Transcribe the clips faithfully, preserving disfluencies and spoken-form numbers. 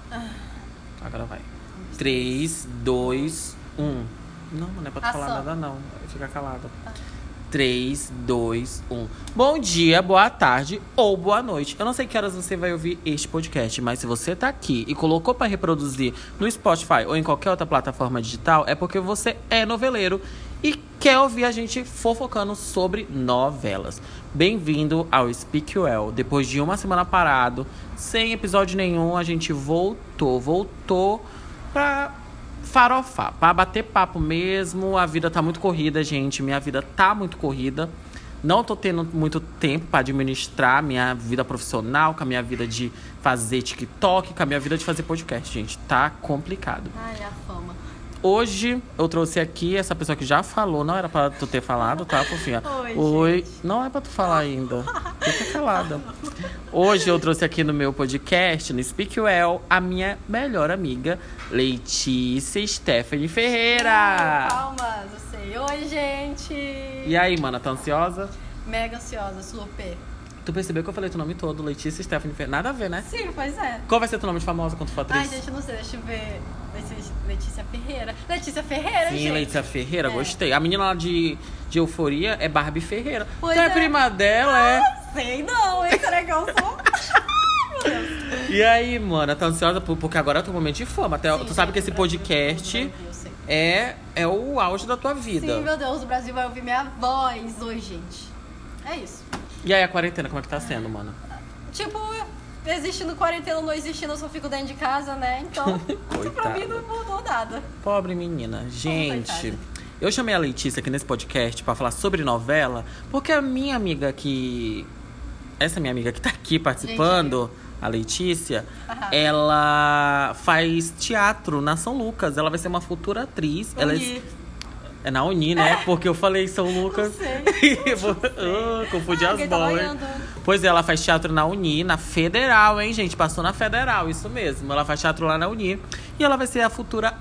Agora vai. três, dois, um. Não, não é pra tu Ação. falar nada, não. Fica calada. três, dois, um. Bom dia, boa tarde ou boa noite. Eu não sei que horas você vai ouvir este podcast, mas se você tá aqui e colocou pra reproduzir no Spotify ou em qualquer outra plataforma digital, é porque você é noveleiro e quer ouvir a gente fofocando sobre novelas. Bem-vindo ao Speak Well. Depois de uma semana parado, sem episódio nenhum, a gente voltou. Voltou pra farofar, pra bater papo mesmo. A vida tá muito corrida, gente. Minha vida tá muito corrida. Não tô tendo muito tempo pra administrar minha vida profissional, com a minha vida de fazer TikTok, com a minha vida de fazer podcast, gente. Tá complicado. Ai, a fama. Hoje eu trouxe aqui essa pessoa que já falou, não era pra tu ter falado, tá, fofinha? Oi, Oi. gente. Não é pra tu falar ainda. Fica calada. Hoje eu trouxe aqui no meu podcast, no Speak Well, a minha melhor amiga, Letícia Stephanie Ferreira. Palmas, eu sei. Oi, gente. E aí, mana, tá ansiosa? Mega ansiosa, super. Tu percebeu que eu falei teu nome todo, Letícia Stephanie Ferreira? Nada a ver, né? Sim, pois é. Qual vai ser teu nome de famosa quando tu for atriz? Ai, gente, eu não sei, deixa eu ver. Letícia, Letícia Ferreira. Letícia Ferreira, Sim, gente. Letícia Ferreira, É. gostei. A menina lá de, de Euforia é Barbie Ferreira. Pois Então é é. prima dela, é... Sei não, hein? Será que eu sou? Meu Deus. E aí, mana, tá ansiosa por- porque agora é teu momento de fama. Até, Sim, tu sabe gente, que esse o Brasil- podcast o Brasil, eu sei. é, é o auge da tua vida. Sim, meu Deus, o Brasil vai ouvir minha voz hoje, gente. É isso. E aí, a quarentena, como é que tá sendo, mana? Tipo, existindo quarentena ou não existindo, eu só fico dentro de casa, né? Então, pra mim não mudou nada. Pobre menina. Gente, coitada. eu chamei a Letícia aqui nesse podcast pra falar sobre novela, porque a minha amiga que... Essa minha amiga que tá aqui participando, a Letícia, Aham. ela faz teatro na São Lucas. Ela vai ser uma futura atriz. Ela é... Uni. É na Uni, né? Porque eu falei São Lucas. Não sei. Eu vou- Ah, confundi Ah, as alguém tá bolas. banhando. Pois é, ela faz teatro na Uni, na Federal, hein, gente? Passou na Federal, isso mesmo. Ela faz teatro lá na Uni. E ela vai ser a futura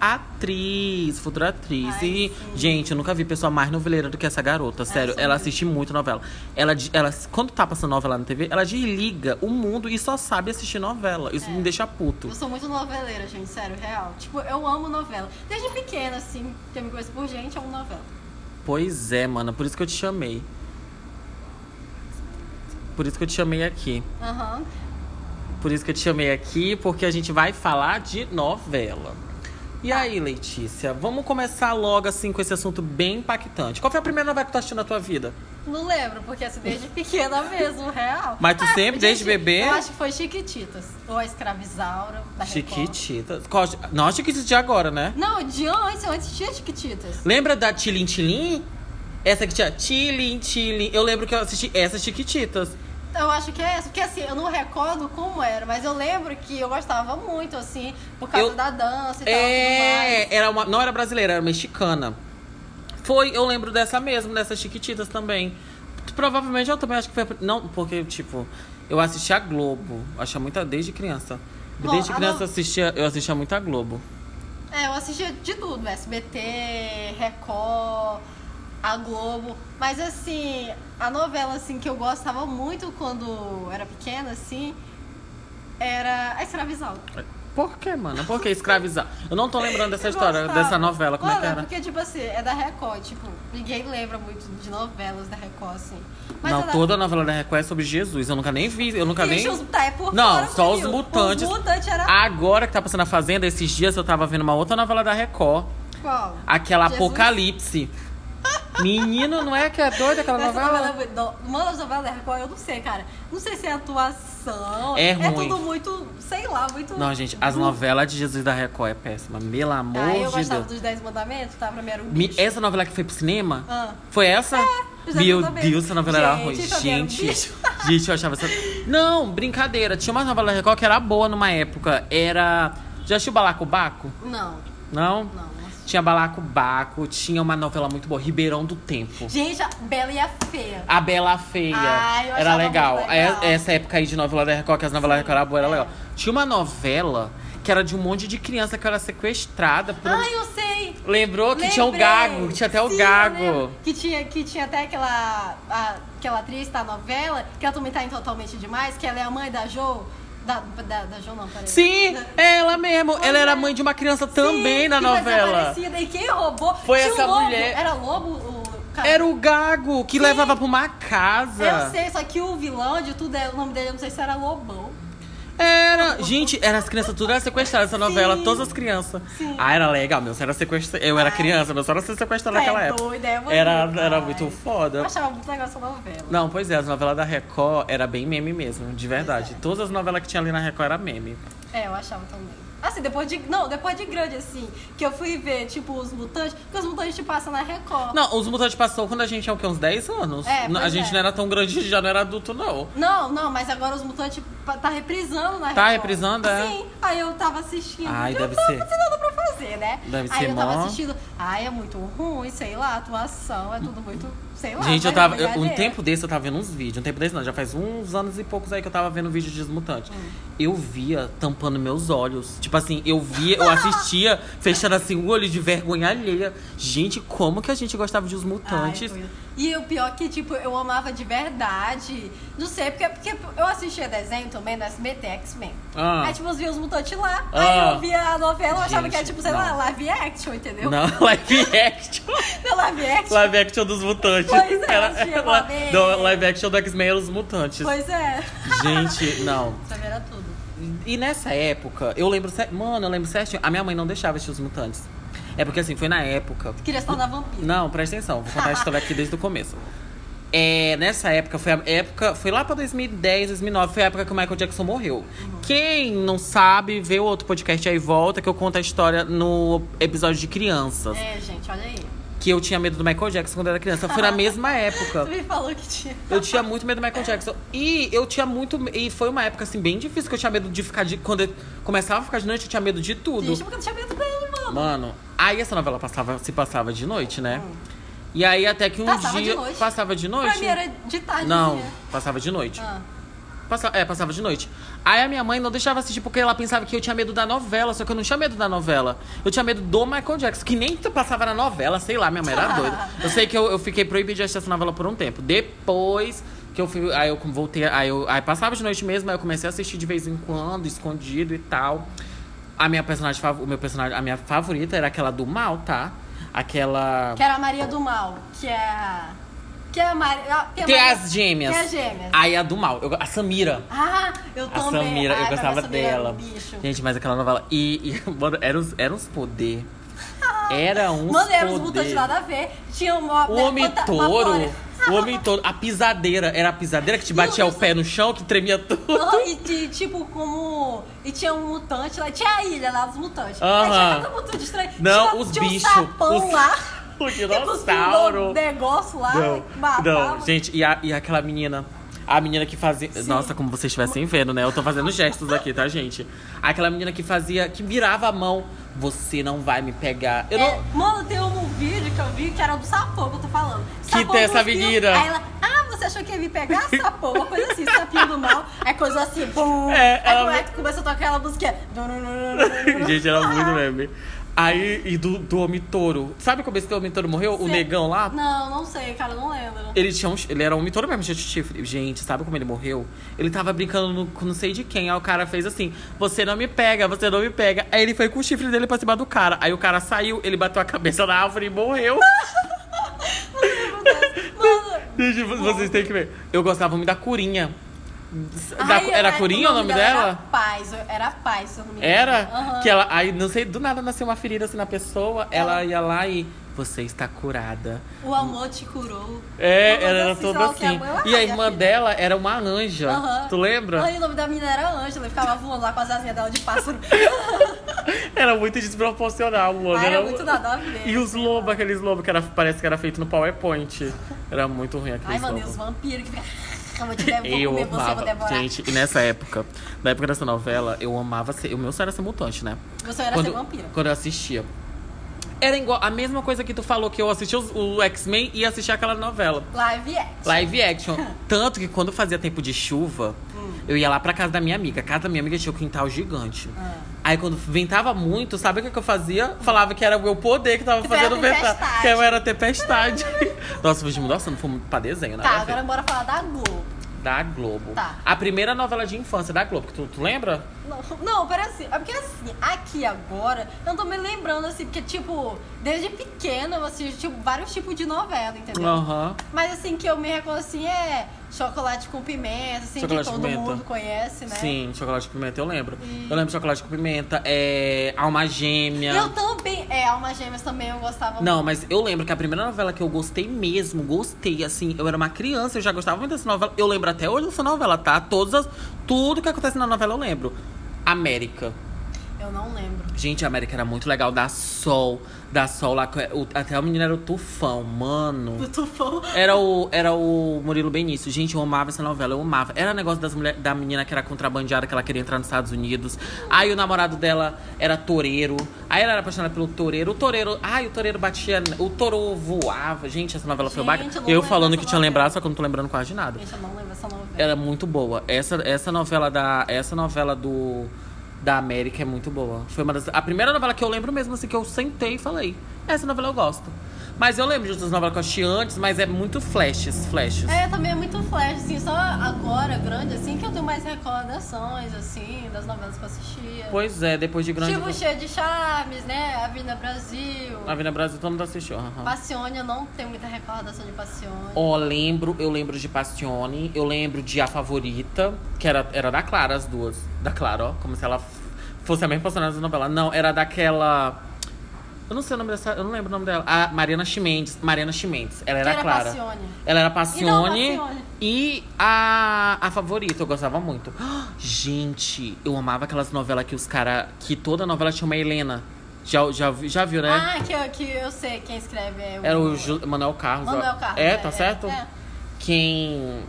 atriz. Futura atriz. Ai, e, sim. gente, eu nunca vi pessoa mais noveleira do que essa garota. Sério, sou ela mesmo. assiste muito novela. Ela, de- ela, quando tá passando novela na T V, ela desliga o mundo e só sabe assistir novela. Isso É. me deixa puto. Eu sou muito noveleira, gente, sério, real. Tipo, eu amo novela. Desde pequena, assim, que eu me conheço por gente, eu amo novela. Pois é, mana. Por isso que eu te chamei. Por isso que eu te chamei aqui. Aham. Por isso que eu te chamei aqui, porque a gente vai falar de novela. E aí, Letícia, vamos começar logo assim com esse assunto bem impactante. Qual foi a primeira novela que tu assistiu na tua vida? Não lembro, porque assim, desde pequena mesmo, real. Mas tu sempre, desde bebê? Eu acho que foi Chiquititas. Ou a Escravizaura, da Record. Chiquititas. Qual- Não, Chiquititas de agora, né? Não, de antes, antes tinha Chiquititas. Lembra da Tilim Tilim? Essa que tinha Tilim Tilim. Eu lembro que eu assisti essas Chiquititas. Eu acho que é essa, porque assim, eu não recordo como era, mas eu lembro que eu gostava muito, assim, por causa Eu- da dança e tal, tudo mais. É, era uma, não era brasileira, era mexicana. Foi, eu lembro dessa mesmo, dessas Chiquititas também. Provavelmente eu também acho que foi. a pri- Não, porque, tipo, eu assisti a Globo. Achava muita desde criança. Bom, Desde a criança no- eu assistia, eu assistia muito a Globo. É, eu assistia de tudo, S B T, Record, a Globo. Mas assim, a novela assim, que eu gostava muito quando era pequena, assim, era a Escravizaura. Por que, mano? Por que escravizar? Eu não tô lembrando dessa Eu história, gostava. dessa novela, como é Mano, que era? Porque, tipo assim, é da Record, tipo, ninguém lembra muito de novelas da Record, assim. Mas Não, é da... toda a novela da Record é sobre Jesus. Eu nunca nem vi, eu nunca nem... Ixi, os... tá, é por Não, fora, só os filho. mutantes. Os mutantes era Agora que tá passando a Fazenda, esses dias eu tava vendo uma outra novela da Record. qual? Aquela Jesus. Apocalipse. Menino, não é que é doida aquela Essa novela? novela é muito- do- uma das novelas da Record, eu não sei, cara. Não sei se é atuação. É É ruim. tudo muito, sei lá, muito. Não, gente, as bruto. novelas de Jesus da Record é péssima. Pelo amor Ah, eu de gostava Deus. dos Dez Mandamentos, tá? Pra mim era um Me- bicho. Essa novela que foi pro cinema? Ah. Foi essa? Os Dez Meu Mandamentos. Deus, essa novela era Gente, ruim. pra mim era um Gente, bicho. gente, eu achava essa. Não, brincadeira. Tinha uma novela da Record que era boa numa época. Era. Já assistiu Balacobaco? Não, Não? não. não. Tinha Balacobaco, tinha uma novela muito boa, Ribeirão do Tempo. Gente, a Bela e a Feia. A Bela Feia. Ai, eu era achava legal. muito legal. É- Essa época aí de novela da Record, que as novelas da Record eram boas, era é. legal. Tinha uma novela que era de um monte de criança que era sequestrada por. Ai, eu sei. Lembrou que tinha o Lembrei. Gago, tinha até o Sim, eu Gago. lembro. Que tinha, que tinha até aquela, a- aquela atriz da novela, que ela também tá em Totalmente Demais, que ela é a mãe da Jo, Da, da, da Jo, não, peraí. Sim, Da... ela mesmo. Pois ela é. era mãe de uma criança também Sim, na que foi novela. desaparecida. E quem roubou? Foi Tinha essa um lobo. mulher. Era lobo o cara? Era o Gago, que Sim. levava pra uma casa. Eu sei, só que o vilão de tudo, é- o nome dele, eu não sei se era Lobão. Era. Gente, era as crianças tudo era sequestrado essa novela, Sim. todas as crianças. Sim. Ah, era legal, meu. Você era sequestrado. Eu era Ai. criança, meu. Só era ser sequestrado É naquela época. doida, é muito Era, doido, era ai. muito foda. Eu achava muito legal essa novela. Não, pois é, as novelas da Record era bem meme mesmo, de verdade. Pois é. Todas as novelas que tinha ali na Record era meme. É, eu achava também. Assim, depois de. Não, depois de grande, assim, que eu fui ver, tipo, os mutantes, porque os mutantes te passam na Record. Não, os Mutantes passou quando a gente tinha o quê? Uns dez anos? É, N- a pois gente é. não era tão grande, já não era adulto, não. Não, não, mas agora os mutantes pa- tá reprisando na Record. Tá reprisando, é? Sim, aí eu tava assistindo. Ai, eu deve tava ser. sem nada pra fazer, né? Deve aí ser eu tava mó. assistindo. Ai, é muito ruim, sei lá, a atuação é tudo muito. Sei lá. Gente, eu vai tava. na eu- um brincadeira. tempo desse eu tava vendo uns vídeos. Um tempo desse não, já faz uns anos e poucos aí que eu tava vendo vídeo de Desmutantes. Hum. Eu via tampando meus olhos. Tipo assim, eu via, eu assistia, fechando assim o olho de vergonha alheia. Gente, como que a gente gostava de Os Mutantes? Ai, foi- e o pior que, tipo, eu amava de verdade. Não sei, porque, porque eu assistia desenho também no S B T, X-Men. Ah. Aí, tipo, eu via os mutantes lá. Ah. Aí eu via a novela, eu achava Gente, que era, tipo, sei lá, não. live action, entendeu? Não, live action. Não, live action. Live action dos Mutantes. Pois é, era, tinha era- uma vez. do live action do X-Men era os Mutantes. Pois é. Gente, não. Sabe, era tudo. E nessa época, eu lembro. cer- Mano, eu lembro certinho. A minha mãe não deixava assistir os Mutantes. É porque assim, foi na época. Queria se tornar vampiro. Não, presta atenção, vou contar a história aqui desde o começo. É, nessa época, foi a época. Foi lá pra dois mil e dez, dois mil e nove, foi a época que o Michael Jackson morreu. Quem não sabe, vê o outro podcast aí volta, que eu conto a história no episódio de crianças. É, gente, olha aí. Que eu tinha medo do Michael Jackson quando eu era criança. Foi na mesma época. Você me falou que tinha. Eu tinha muito medo do Michael Jackson. E eu tinha muito. E foi uma época, assim, bem difícil, que eu tinha medo de ficar de. Quando eu começava a ficar de noite, eu tinha medo de tudo. Gente, porque eu tinha medo dele, mano. Mano, aí essa novela passava, se passava de noite, né? E aí até que um Passava dia. de noite. Passava de noite? Pra mim era de tarde. Não, passava de noite. Ah. Passa- é, passava de noite. Aí a minha mãe não deixava assistir porque ela pensava que eu tinha medo da novela, só que eu não tinha medo da novela. Eu tinha medo do Michael Jackson, que nem passava na novela, sei lá, minha mãe era doida. Eu sei que eu, eu fiquei proibida de assistir essa novela por um tempo. Depois que eu fui. Aí eu voltei. Aí, eu, aí passava de noite mesmo, aí eu comecei a assistir de vez em quando, escondido e tal. A minha personagem, fav- o meu personagem, a minha favorita era aquela do mal, tá? Aquela. Que era a Maria do Mal, que é a... Que é a Maria... Tem, a Tem Maria- as gêmeas. Tem as gêmeas. Aí a do mal, eu- a Samira. Ah, eu A também. Samira, Ai, eu pra gostava mim, a Samira era dela. um bicho. Gente, mas aquela novela. E, e mano, eram uns, eram uns poder. Era uns Mano, era os poder. mutantes nada a ver. Tinha uma... O homem uma- uma touro. floresta. O homem touro. A pisadeira. Era a pisadeira que te batia o pé no chão, que tremia tudo. Aham, e ti- tipo, como... E tinha um mutante lá. Tinha a ilha lá dos mutantes. Aham. Aí tinha cada mutante estranho. Não, tinha, os tinha bichos. Um sapão os... lá. O Que cuspiu dinossauro. um negócio lá. Não, que matava. não, gente, e, a, e aquela menina. A menina que fazia. Nossa, como vocês estivessem vendo, né? Eu tô fazendo gestos aqui, tá, gente? Aquela menina que fazia. Que virava a mão. Você não vai me pegar. Eu É, não. mano, tem um vídeo que eu vi que era do sapão que eu tô falando. Que Sapão tem essa cuspiu, menina. Aí ela, ah, você achou que ia me pegar? Sapão, uma coisa assim, sapinho do mal. Aí coisa assim, bum. É, aí ela- como é que começa a tocar aquela música? Gente, era muito meme. Aí, e do, do Homem Touro. Sabe como esse Homem Touro morreu? O Cê- negão lá? Não, não sei, cara, não lembro. Ele tinha um, ele era um Homem Touro mesmo, tinha chifre. Gente, sabe como ele morreu? Ele tava brincando no, com não sei de quem. Aí o cara fez assim: você não me pega, você não me pega. Aí ele foi com o chifre dele pra cima do cara. Aí o cara saiu, ele bateu a cabeça na árvore e morreu. Mano, Gente, vocês têm que ver. Eu gostava muito da Curinha. Da- ai, era ai, Curinha o nome Era dela? Paz, era Paz, se eu não me engano. Era? Aham. Que ela, aí, não sei, do nada nasceu uma ferida assim na pessoa. Ela ia lá e. Você está curada. O amor te curou. É, Uma ela coisa era assim, toda sei lá o que, assim. a mãe, ah, E a minha irmã filha. dela era uma anja. Aham. Tu lembra? Ai, o nome da menina era Ângela, e ficava voando lá com as asinhas dela de pássaro. Era muito desproporcional, mano. Ai, era muito nada a ver. E os lobos, aqueles lobos que era, parece que era feito no PowerPoint. Era muito ruim aqueles Ai, mano, e lobos. os vampiros que ficam. Eu vou te devo, vou Eu comer você, vou amava. devorar. Gente, e nessa época, na época dessa novela, eu amava ser. O meu sonho era ser mutante, né? Você era quando, ser vampira. Quando eu assistia. Era igual a mesma coisa que tu falou, que eu assistia os- o X-Men e assistia aquela novela. Live action. Live action. Tanto que quando fazia tempo de chuva, eu ia lá pra casa da minha amiga. A casa da minha amiga tinha um quintal gigante. Ah. Aí quando ventava muito, sabe o que, que eu fazia? Falava que era o meu poder que tava Que fazendo era ventar. tempestade. Que eu era tempestade. Nossa, fugimos, nossa, não fomos pra desenho, né? Tá, agora bora falar da Globo. Da Globo. Tá. A primeira novela de infância da Globo, que tu, tu lembra? Não, não, pera assim. É porque assim, aqui agora, eu não tô me lembrando assim, porque, tipo, desde pequena eu assisto tipo, vários tipos de novela, entendeu? Aham. Mas assim, que eu me recordo assim é Chocolate com Pimenta, assim, Chocolate que com todo Pimenta. mundo conhece, né? Sim, Chocolate com Pimenta, eu lembro. E- Eu lembro de Chocolate com Pimenta, é... Alma Gêmea. Eu também. É, Alma Gêmeas também eu gostava Não, muito. mas eu lembro que a primeira novela que eu gostei mesmo, gostei, assim, eu era uma criança, eu já gostava muito dessa novela. Eu lembro até hoje dessa novela, tá? Todas as, tudo que acontece na novela eu lembro. América. Eu não lembro. Gente, a América era muito legal. Da Sol. Da Sol lá. o- Até o menino era o Tufão, mano. Do Tufão. Era o, era o Murilo Benício. Gente, eu amava essa novela, eu amava. Era negócio das mulher, da menina que era contrabandeada, que ela queria entrar nos Estados Unidos. Aí o namorado dela era toureiro. Aí ela era apaixonada pelo toureiro. O toureiro. Ai, o toureiro batia. O touro voava. Gente, essa novela foi Gente, bacana. eu não Eu lembro falando dessa que tinha novela. lembrado, só que eu não tô lembrando quase de nada. Gente, eu não lembro essa novela. Era muito boa. Essa, essa novela da. Essa novela do. Da América é muito boa. Foi uma das. A primeira novela que eu lembro mesmo, assim, que eu sentei e falei. Essa novela eu gosto. Mas eu lembro de outras novelas que eu assisti antes, mas é muito flashes, flashes. É, também é muito flash, assim, só agora, grande, assim, que eu tenho mais recordações, assim, das novelas que eu assistia. Pois é, depois de grande. Tipo, cheio de charmes, né? Avenida Brasil. Avenida Brasil, todo mundo assistiu. aham. Passione, eu não tenho muita recordação de Passione. Ó, lembro, eu lembro de Passione, eu lembro de A Favorita, que era, era da Clara, as duas. Da Clara, ó, como se ela f- fosse a mesma personagem da novela. Não, era daquela. Eu não sei o nome dessa. Eu não lembro o nome dela. A Mariana Chimendes. Mariana Chimendes. Ela era Que era Clara. Passione. Ela era E não, Passione. Passione. E a, a Favorita, eu gostava muito. Gente, eu amava aquelas novelas que os caras. Que toda novela tinha uma Helena. Já, já, vi- já viu, né? Ah, que, eu- que eu sei quem escreve é o... Era o Ju- Manuel Carlos. ó. Manuel Carlos. É, tá certo? É. Quem.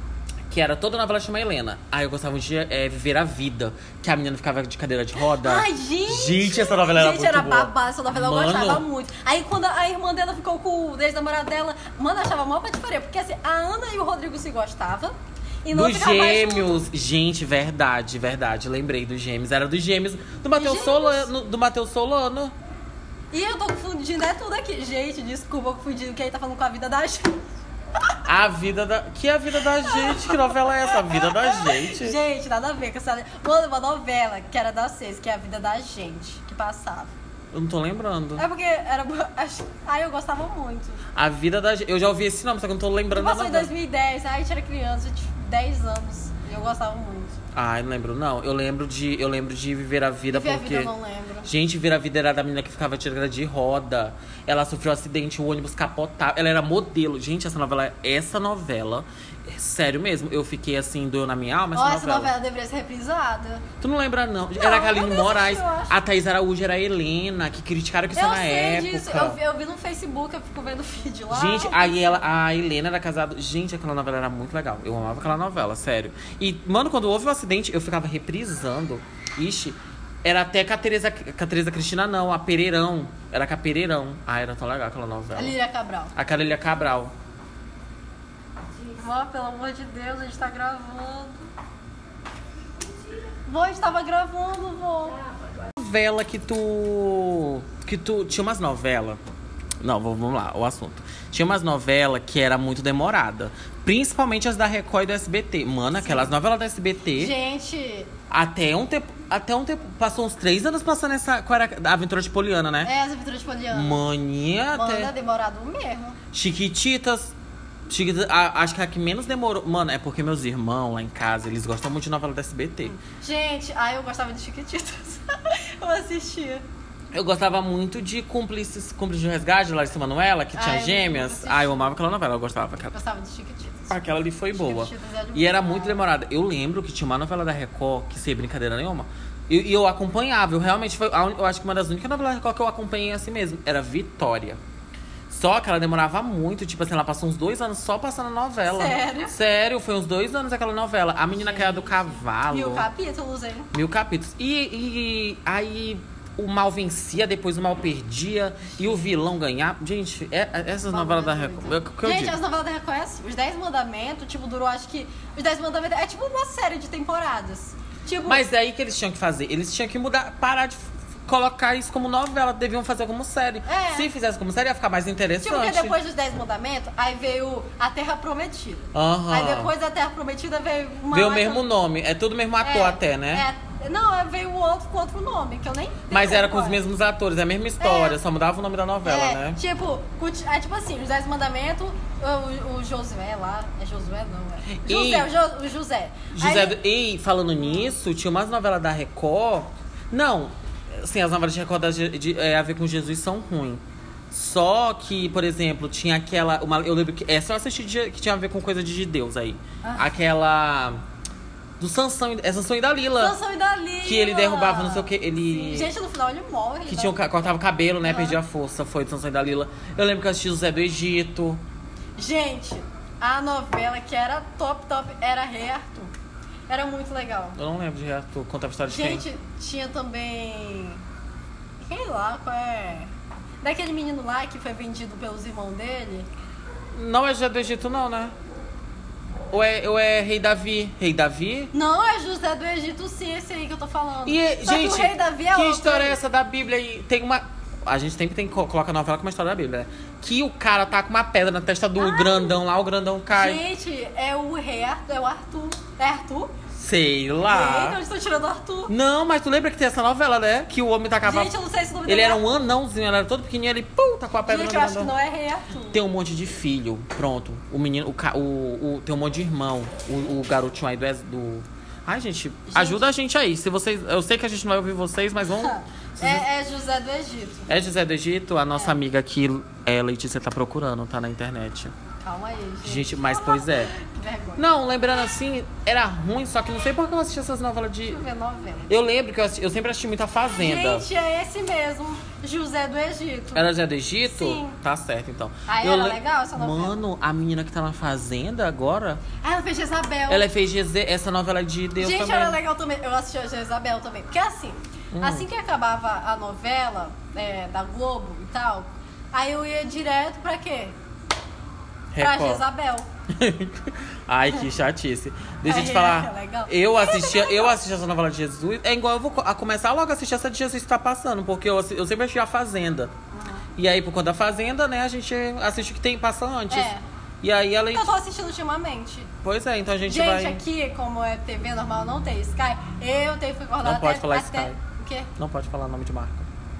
Que era toda novela chama Helena. Aí eu gostava de é, Viver a Vida. Que a menina ficava de cadeira de roda. Ai, gente! Gente, essa novela era Gente, muito era boa. babada, essa novela eu Mano. gostava muito. Aí quando a irmã dela ficou com o ex-namorado dela, mano, eu achava mal pra diferença. Porque assim, a Ana e o Rodrigo se gostavam. E não Dos ficavam mais juntos. Gêmeos. Gente, verdade, verdade. Lembrei dos Gêmeos. Era dos Gêmeos do Matheus Gêmeos? Solano. Do Matheus Solano. E eu tô confundindo é tudo aqui. Gente, desculpa, eu confundi, que aí tá falando com a vida da gente. A vida da. Que é a vida da gente? Que novela é essa? A vida da gente. Gente, nada a ver com essa... Mano, uma novela que era da seis, que é a vida da gente, que passava. Eu não tô lembrando. É porque era... Ai, eu gostava muito. A vida da gente. Eu já ouvi esse nome, só que eu não tô lembrando da Passou em novela. dois mil e dez, ai, a gente era criança, eu tinha dez anos. E eu gostava muito. Ai, não lembro, não. Eu lembro de, eu lembro de Viver a Vida Viver a porque. Vida eu não lembro. Gente, Viver a Vida era da menina que ficava tirando de roda. Ela sofreu um acidente, o ônibus capotava. Ela era modelo. Gente, essa novela, essa novela, é sério mesmo. Eu fiquei assim, doeu na minha alma essa Ó, novela. essa novela deveria ser reprisada. Tu não lembra, não? Não, era a eu Kaline nem assisti, Moraes. eu acho. A Thaís Araújo era a Helena, que criticaram que isso Eu na sei época. disso, eu, vi- eu vi no Facebook, eu fico vendo vídeo lá. Gente, aí ela, a Helena era casada. Gente, aquela novela era muito legal. Eu amava aquela novela, sério. E, mano, quando houve o acidente, eu ficava reprisando. Ixi, era até com a Tereza, com a Tereza Cristina, não, a Pereirão. Era com a Pereirão. Ah, era tão legal aquela novela. A Lília Cabral. A Carília Cabral. Vó, pelo amor de Deus, a gente tá gravando. Vó, a gente tava gravando, vó. Novela que tu. Que tu. Tinha umas novelas. Não, vamos vamos lá, o assunto. Tinha umas novelas que era muito demorada. Principalmente as da Record e do S B T. Mano, aquelas novelas da S B T. Gente, Até um tempo. Até um tempo. Passou uns três anos passando essa. Qual era? A Aventura de Poliana, né? é as aventuras de Poliana. Mania Mano, é até. demorado mesmo. Chiquititas. Chiquititas. a- acho que a que menos demorou. Mano, é porque meus irmãos lá em casa, eles gostam muito de novela da S B T. Gente, ai, eu gostava de Chiquititas. Eu assistia. Eu gostava muito de Cúmplices, Cúmplices de Resgate, Larissa Manoela, que tinha Ai, eu gêmeas. assisti. Ah, eu amava aquela novela, eu gostava. Eu Aquela, gostava de Chiquititas. aquela ali foi boa. Chiquititas é E era demais. muito demorada. Eu lembro que tinha uma novela da Record, que sem brincadeira nenhuma. E e eu acompanhava, eu realmente foi. a un- Eu acho que uma das únicas novelas da Record que eu acompanhei assim mesmo era Vitória. Só que ela demorava muito, tipo assim, ela passou uns dois anos só passando a novela. Sério? Sério, foi uns dois anos aquela novela. A menina caía do cavalo. Mil capítulos, hein? Mil capítulos. E, e aí o mal vencia, depois o mal perdia e o vilão ganhava. Gente, é, é- essas novelas da Record. É o que eu Gente, digo. as novelas da Record é assim, os Dez Mandamentos, tipo, durou acho que... Os Dez Mandamentos é tipo uma série de temporadas. Tipo, Mas é aí que eles tinham que fazer. Eles tinham que mudar, parar de f- colocar isso como novela, deviam fazer como série. É. Se fizesse como série, ia ficar mais interessante. Tipo, porque depois dos Dez Mandamentos, aí veio a Terra Prometida. Aham. Aí depois da Terra Prometida veio uma... Veio o outra- mesmo nome, é tudo mesmo ator É, até, né? É. Não, veio outro com outro nome, que eu nem... Mas nem era sei com os qual é. mesmos atores, é a mesma história, É. só mudava o nome da novela, É, né? tipo, conti- é tipo assim, os Dez Mandamentos, o, o Josué lá, é Josué não, é E- José, o, Jo- o José. José Aí- do- E falando nisso, tinha umas novelas da Record. Não, assim, as novelas de Record da, Je- de, é, a ver com Jesus são ruins. Só que, por exemplo, tinha aquela. Uma, eu lembro que. Essa eu assisti de- que tinha a ver com coisa de Deus aí. Ah. Aquela. Do Sansão, e- é Sansão e Dalila. Sansão e Dalila. Que ele derrubava, não sei o que. Ele. Sim, gente, no final ele morre. Que ele tinha, o dá- ca- cortava o cabelo, né? Aham. Perdia a força. Foi do Sansão e Dalila. Eu lembro que eu assisti José do Egito. Gente, a novela que era top, top, era Rei Arthur. Era muito legal. Eu não lembro de Arthur. Contava a história de Gente, tinha também... Sei lá, qual é... Daquele menino lá que foi vendido pelos irmãos dele. quem? Não é José do Egito, não, né? Ou é, ou é Rei Davi? Rei Davi? Não, é José do Egito sim, esse aí que eu tô falando. E, Só gente, que o Rei Davi é que outro. história é essa da Bíblia aí? Tem uma... A gente sempre tem que co- colocar a novela como uma história da Bíblia, né? Que o cara tá com uma pedra na testa do grandão lá, o grandão cai. Gente, é o Rei Arthur, é o Arthur. É Arthur? Sei Eita, lá. eu estou tirando o Arthur. Não, mas tu lembra que tem essa novela, né? Que o homem tacava... Gente, eu não sei se o nome Ele dele era é um anãozinho, ele era todo pequenininho, ele pum, tá com a pedra Gente, no eu acho que grandão. não é Rei Arthur. Tem um monte de filho, pronto. O menino, o, ca- o, o- tem um monte de irmão. O, o garotinho aí do, ex- do... Ai, gente, ajuda a gente aí. Se vocês, eu sei que a gente não vai ouvir vocês, mas vamos... É, é José do Egito. É José do Egito? A nossa amiga aqui, é, Letícia, tá procurando, tá na internet. Calma aí, gente. Gente, mas pois é. Que vergonha. Não, lembrando assim, era ruim, só que não sei por que eu assisti essas novelas de... Deixa eu ver novela. Eu lembro que eu, assisti- eu sempre assisti muita Fazenda. Gente, é esse mesmo. José do Egito. Era José do Egito? Sim. Tá certo, então. Ah, Eu era le- legal essa novela? Mano, a menina que tá na Fazenda agora, Ah, ela fez Jezabel. ela fez Jeze- essa novela de Deus Gente, também. era legal também. Eu assisti a Jezabel também. Porque assim, Hum. assim que acabava a novela é, da Globo e tal, aí eu ia direto pra quê? Pra Record. Jezabel. Ai, que chatice. Deixa eu te Ai, falar. é legal. Eu assistia, eu assisti essa novela de Jesus. É igual eu vou co- a começar logo a assistir essa de Jesus que tá passando, porque eu, assi- eu sempre assisti a Fazenda. E aí, por conta da Fazenda, né, a gente assiste o que tem passa antes. É. E aí ela. Eu tô assistindo ultimamente. Pois é, então a gente, Gente, vai. aqui, como é T V normal, não tem Sky. Eu tenho que acordar Não até... pode falar até... Sky. O quê? Não pode falar nome de marca.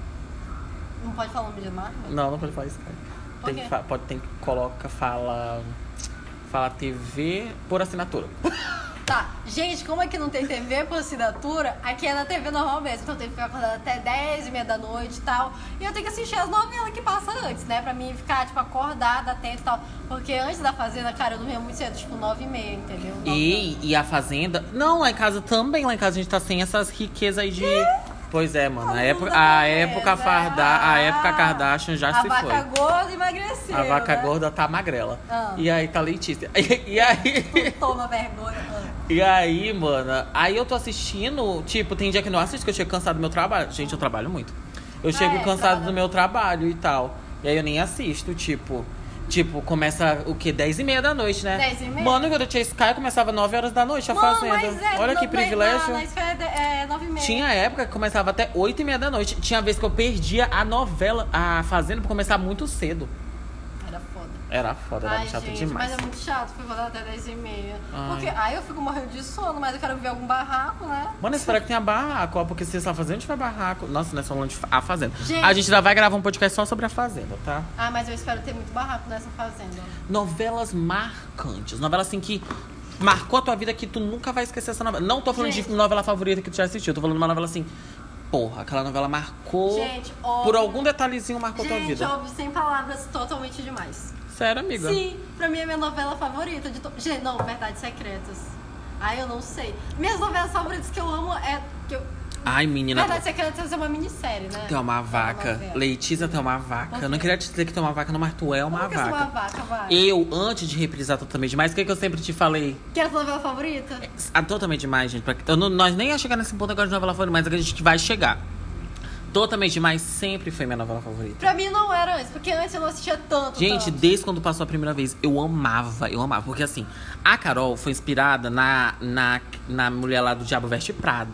Não pode falar o nome de marca? Não, não pode falar Sky. Por Tem quê? que, fa- pode, tem que coloca, fala. Fala T V por assinatura. Tá, gente, como aqui não tem T V por assinatura, aqui é na T V normal mesmo. Então eu tenho que ficar acordada até dez e meia da noite e tal. E eu tenho que assistir as novelas que passam antes, né? Pra mim ficar, tipo, acordada, atenta e tal. Porque antes da Fazenda, cara, eu dormia muito cedo, tipo, nove e meia, entendeu? Nove E, e a Fazenda. Não, lá em casa também. Lá em casa a gente tá sem essas riquezas aí de. Pois é, mano. A Todo época, mundo a tá época, vendo, Farda, ah, a época Kardashian já A se vaca foi. gorda emagreceu. A vaca né? gorda tá magrela. Ah. E aí tá Letícia. E, e aí. Toma vergonha. Ah. E aí, mano. Aí eu tô assistindo. Tipo, tem dia que eu não assisto, que eu chego cansado do meu trabalho. Gente, eu trabalho muito. Eu chego é, cansado trabalha. do meu trabalho e tal. E aí eu nem assisto, tipo. Tipo, começa o quê? dez e meia da noite, né? dez e meia? Mano, quando eu tinha Sky, começava nove horas da noite a Não, Fazenda. mas é, Olha no- que privilégio. Na, na Sky é, de- é nove e meia. Tinha época que começava até oito e meia da noite. Tinha vez que eu perdia a novela, a Fazenda, por começar muito cedo. Era foda. Era foda, era Ai, chato gente, demais. mas é muito chato, ficar acordada até dez e meia. Ai. Porque aí eu fico morrendo de sono, mas eu quero ver algum barraco, né? Mano, eu espero que tenha barraco, ó, porque se você tá fazendo, tiver barraco. Nossa, nós falando de fa- a Fazenda. Gente. A gente ainda vai gravar um podcast só sobre a Fazenda, tá? Ah, mas eu espero ter muito barraco nessa fazenda. Novelas marcantes. Novelas assim que marcou a tua vida que tu nunca vai esquecer essa novela. Não tô falando Gente. de novela favorita que tu já assistiu. Tô falando de uma novela assim. Porra, aquela novela marcou. Gente, óbvio. Por algum detalhezinho marcou a tua Gente, vida. óbvio, sem palavras, totalmente demais. Sério, amiga? Sim, pra mim é minha novela favorita. De to... Gente, não, Verdades Secretas. Ai, eu não sei. Minhas novelas favoritas que eu amo é... Que eu... Ai, menina. Verdades Secretas é uma minissérie, né? Tem uma vaca. novela. Letícia tem uma vaca. Eu não queria te dizer que tem uma vaca, não, mas tu é uma Como que eu sou vaca. uma vaca, vai? Eu, antes de reprisar Totalmente Demais, o que, que eu sempre te falei? Que é a tua novela favorita? A Totalmente Demais, gente. pra- eu não- nós nem ia chegar nesse ponto agora de novela favorita, mas a gente vai chegar. Totalmente Demais sempre foi minha novela favorita. Pra mim não era antes, porque antes eu não assistia tanto. Gente, tanto. desde quando passou a primeira vez, eu amava, eu amava. Porque assim, a Carol foi inspirada na, na, na mulher lá do Diabo Veste Prada.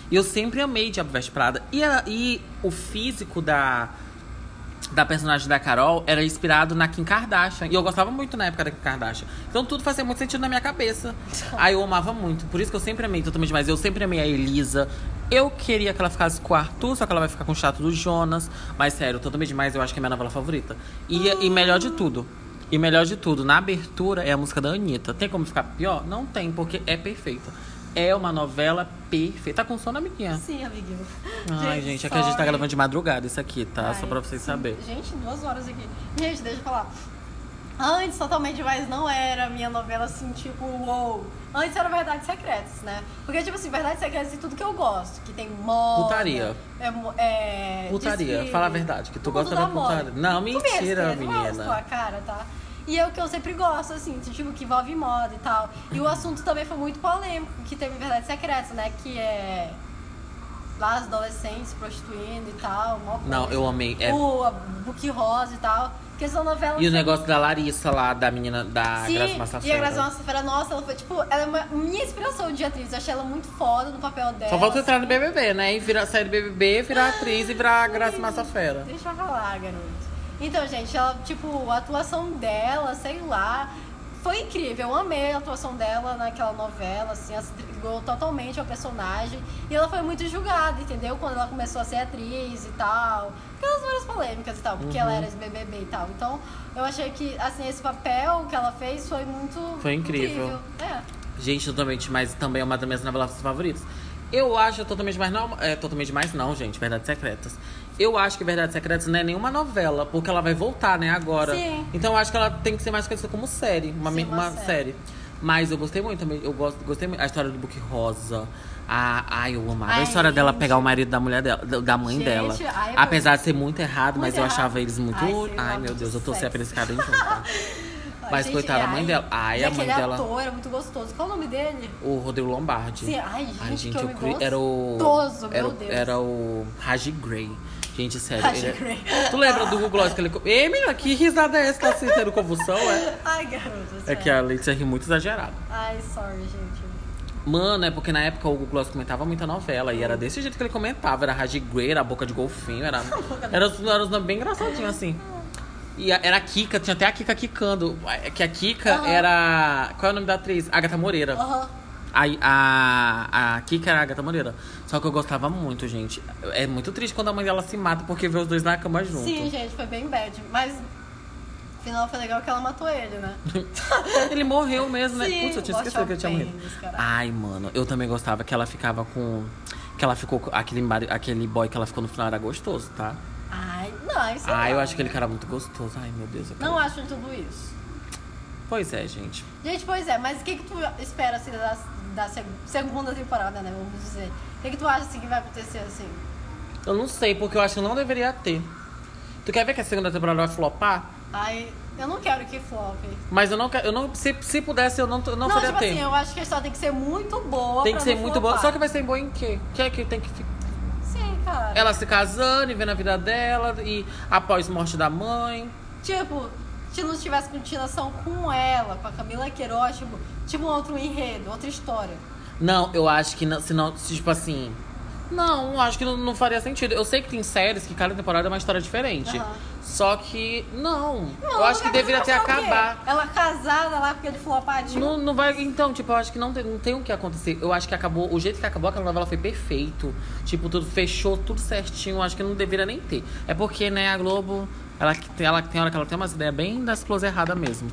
E eu sempre amei Diabo Veste Prada. E, a, e o físico da, da personagem da Carol era inspirado na Kim Kardashian. E eu gostava muito na época da Kim Kardashian. Então tudo fazia muito sentido na minha cabeça. Aí eu amava muito. Por isso que eu sempre amei totalmente demais. Eu sempre amei a Elisa. Eu queria que ela ficasse com o Arthur, só que ela vai ficar com o chato do Jonas. Mas sério, totalmente demais, eu acho que é minha novela favorita. E, e melhor de tudo. E melhor de tudo, na abertura é a música da Anitta. Tem como ficar pior? Não tem, porque é perfeita. É uma novela perfeita. Tá com sono, amiguinha? Sim, amiguinho. Ai, gente, é que a gente tá gravando de madrugada isso aqui, tá? Ai, só pra vocês saberem. Gente, duas horas aqui. Gente, deixa eu falar. Antes, Totalmente Demais não era minha novela, assim, tipo, uou. Antes era Verdades Secretas, né? Porque, tipo assim, Verdades Secretas tem tudo que eu gosto. Que tem moda. Putaria. É, é, putaria. desfile, Fala a verdade, que tu gosta da moda. putaria. Não, mentira, tu menina. Não é a cara, tá? E é o que eu sempre gosto, assim, tipo, que envolve moda e tal. E o assunto também foi muito polêmico, que teve Verdades Secretas, né? Que é... lá as adolescentes prostituindo e tal. Não, eu amei. É... O a Book Rosa e tal. Que são novelas. E o negócio da Larissa lá, da menina da Sim, Graça Massafera. E a Graça Massafera, nossa, ela foi tipo. Ela é uma minha inspiração de atriz. Eu achei ela muito foda no papel dela. Só falta entrar no B B B, né? E virar, sair do B B B, virar atriz e virar a Graça Massafera. Deixa eu falar, garoto. Então, gente, ela, tipo, a atuação dela, sei lá. Foi incrível, eu amei a atuação dela naquela novela, assim, ela se ligou totalmente ao personagem. E ela foi muito julgada, entendeu? Quando ela começou a ser atriz e tal. Aquelas várias polêmicas e tal, porque uhum. ela era ex-B B B e tal. Então, eu achei que, assim, esse papel que ela fez foi muito Foi incrível. incrível. É. Gente, Totalmente Mais também é uma das minhas novelas favoritas. Eu acho Totalmente Mais não... É, Totalmente Mais não, gente, Verdades Secretas. Eu acho que Verdades Secretas não é nenhuma novela, porque ela vai voltar, né, agora. Sim. Então eu acho que ela tem que ser mais conhecida como série, uma, Sim, uma, uma série. série. Mas eu gostei muito também, eu gosto, gostei muito. A história do Book Rosa. A, ai, eu amava. Ai, a história gente. dela pegar o marido da mulher dela, da mãe gente, dela. Ai, Apesar de ser muito errado, muito mas errado. eu achava eles muito. Ai, ai meu Deus, eu tô sempre esse cara em junto, tá? Mas gente, coitada, a mãe dela. Ai, a mãe dela. Aquele ator era muito gostoso. Qual é o nome dele? O Rodrigo Lombardi. Sim, ai, gente, ai, gente que eu era o. Gostoso, era, meu Deus. Era o Raji Gray. Gente, sério. Raji ele... Gray. Tu lembra do Google Gloss que ele. Ei, menina, que risada é essa? Tá assim, tendo convulsão, é? Ai, garota. É que a Letícia ri muito exagerado. Ai, sorry, gente. Mano, é porque na época o Google Gloss comentava muita novela. E era desse jeito que ele comentava. Era Raji Gray, era a boca de golfinho. Era, era, os, era os nomes bem engraçadinhos, assim. E a, era a Kika, tinha até a Kika quicando. Que a Kika uhum. era... Qual é o nome da atriz? Agatha Moreira. Aham. Uhum. A, a, a Kika era a Agatha Moreira. Só que eu gostava muito, gente. É muito triste quando a mãe dela se mata porque vê os dois na cama juntos. Sim, gente, foi bem bad. Mas no final foi legal que ela matou ele, né? Ele morreu mesmo, né? Sim, Putz, eu tinha esquecido que ele tinha morrido. Ai, mano, eu também gostava que ela ficava com... Que ela ficou com aquele, aquele boy que ela ficou no final era gostoso, tá? Ai, não, isso Ai, não, eu acho né? que ele cara muito gostoso. Ai, meu Deus. Eu não quero... acho tudo isso. Pois é, gente. Gente, pois é, mas o que que tu espera, assim, da, da segunda temporada, né, vamos dizer? O que que tu acha, assim, que vai acontecer, assim? Eu não sei, porque eu acho que não deveria ter. Tu quer ver que a segunda temporada vai flopar? Ai, eu não quero que flop. Mas eu não quero, eu não, se, se pudesse, eu não, eu não, não faria tipo ter. Assim, eu acho que a história tem que ser muito boa. Tem que ser muito flopar. boa, só que vai ser boa em quê? O que é que tem que ficar? Sim, cara. Ela se casando e vendo a vida dela, e após a morte da mãe. Tipo... Se não tivesse continuação com ela, com a Camila Queiroz, tipo, tipo um outro enredo, outra história. Não, eu acho que não, se não, tipo assim... Não, acho que não, não faria sentido. Eu sei que tem séries que cada temporada é uma história diferente. Uhum. Só que, não. não eu acho que deveria até acabar. Ela casada lá com aquele flopadinho. Não, não vai, então, tipo, eu acho que não tem, não tem o que acontecer. Eu acho que acabou, o jeito que acabou aquela novela foi perfeito. Tipo, tudo fechou, tudo certinho. Eu acho que não deveria nem ter. É porque, né, a Globo... Ela, ela tem hora que ela tem umas ideias bem das close erradas mesmo.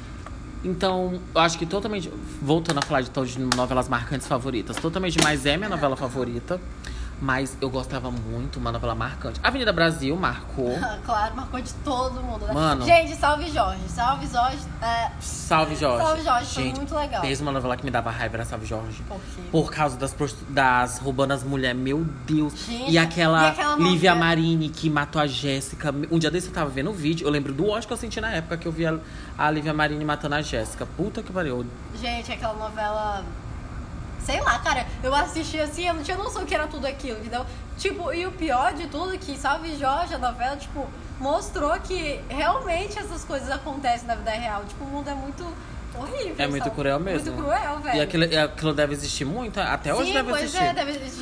Então, eu acho que Totalmente... Voltando a falar de, de novelas marcantes favoritas. Totalmente Demais é minha novela favorita. Mas eu gostava muito uma novela marcante. Avenida Brasil marcou. Claro, marcou de todo mundo, né? Mano. Gente, salve Jorge. Salve Jorge. É... Salve Jorge. Salve Jorge, gente, foi muito legal. Fez uma novela que me dava raiva, era Salve Jorge. Por quê? Por causa das, das roubando as mulheres, meu Deus. Gente, e aquela, e aquela Lívia novela... Marini que matou a Jéssica. Um dia desse eu tava vendo o vídeo. Eu lembro do ódio que eu senti na época que eu vi a, a Lívia Marini matando a Jéssica. Puta que pariu. Gente, aquela novela... Sei lá, cara, eu assisti assim, eu não tinha noção que era tudo aquilo, entendeu? Tipo, e o pior de tudo é que Salve Jorge, a novela, tipo, mostrou que realmente essas coisas acontecem na vida real. Tipo, o mundo é muito horrível. É muito sabe? cruel mesmo. Muito cruel, velho. E aquilo, aquilo deve existir muito, até hoje Sim, deve pois existir. É, deve existir.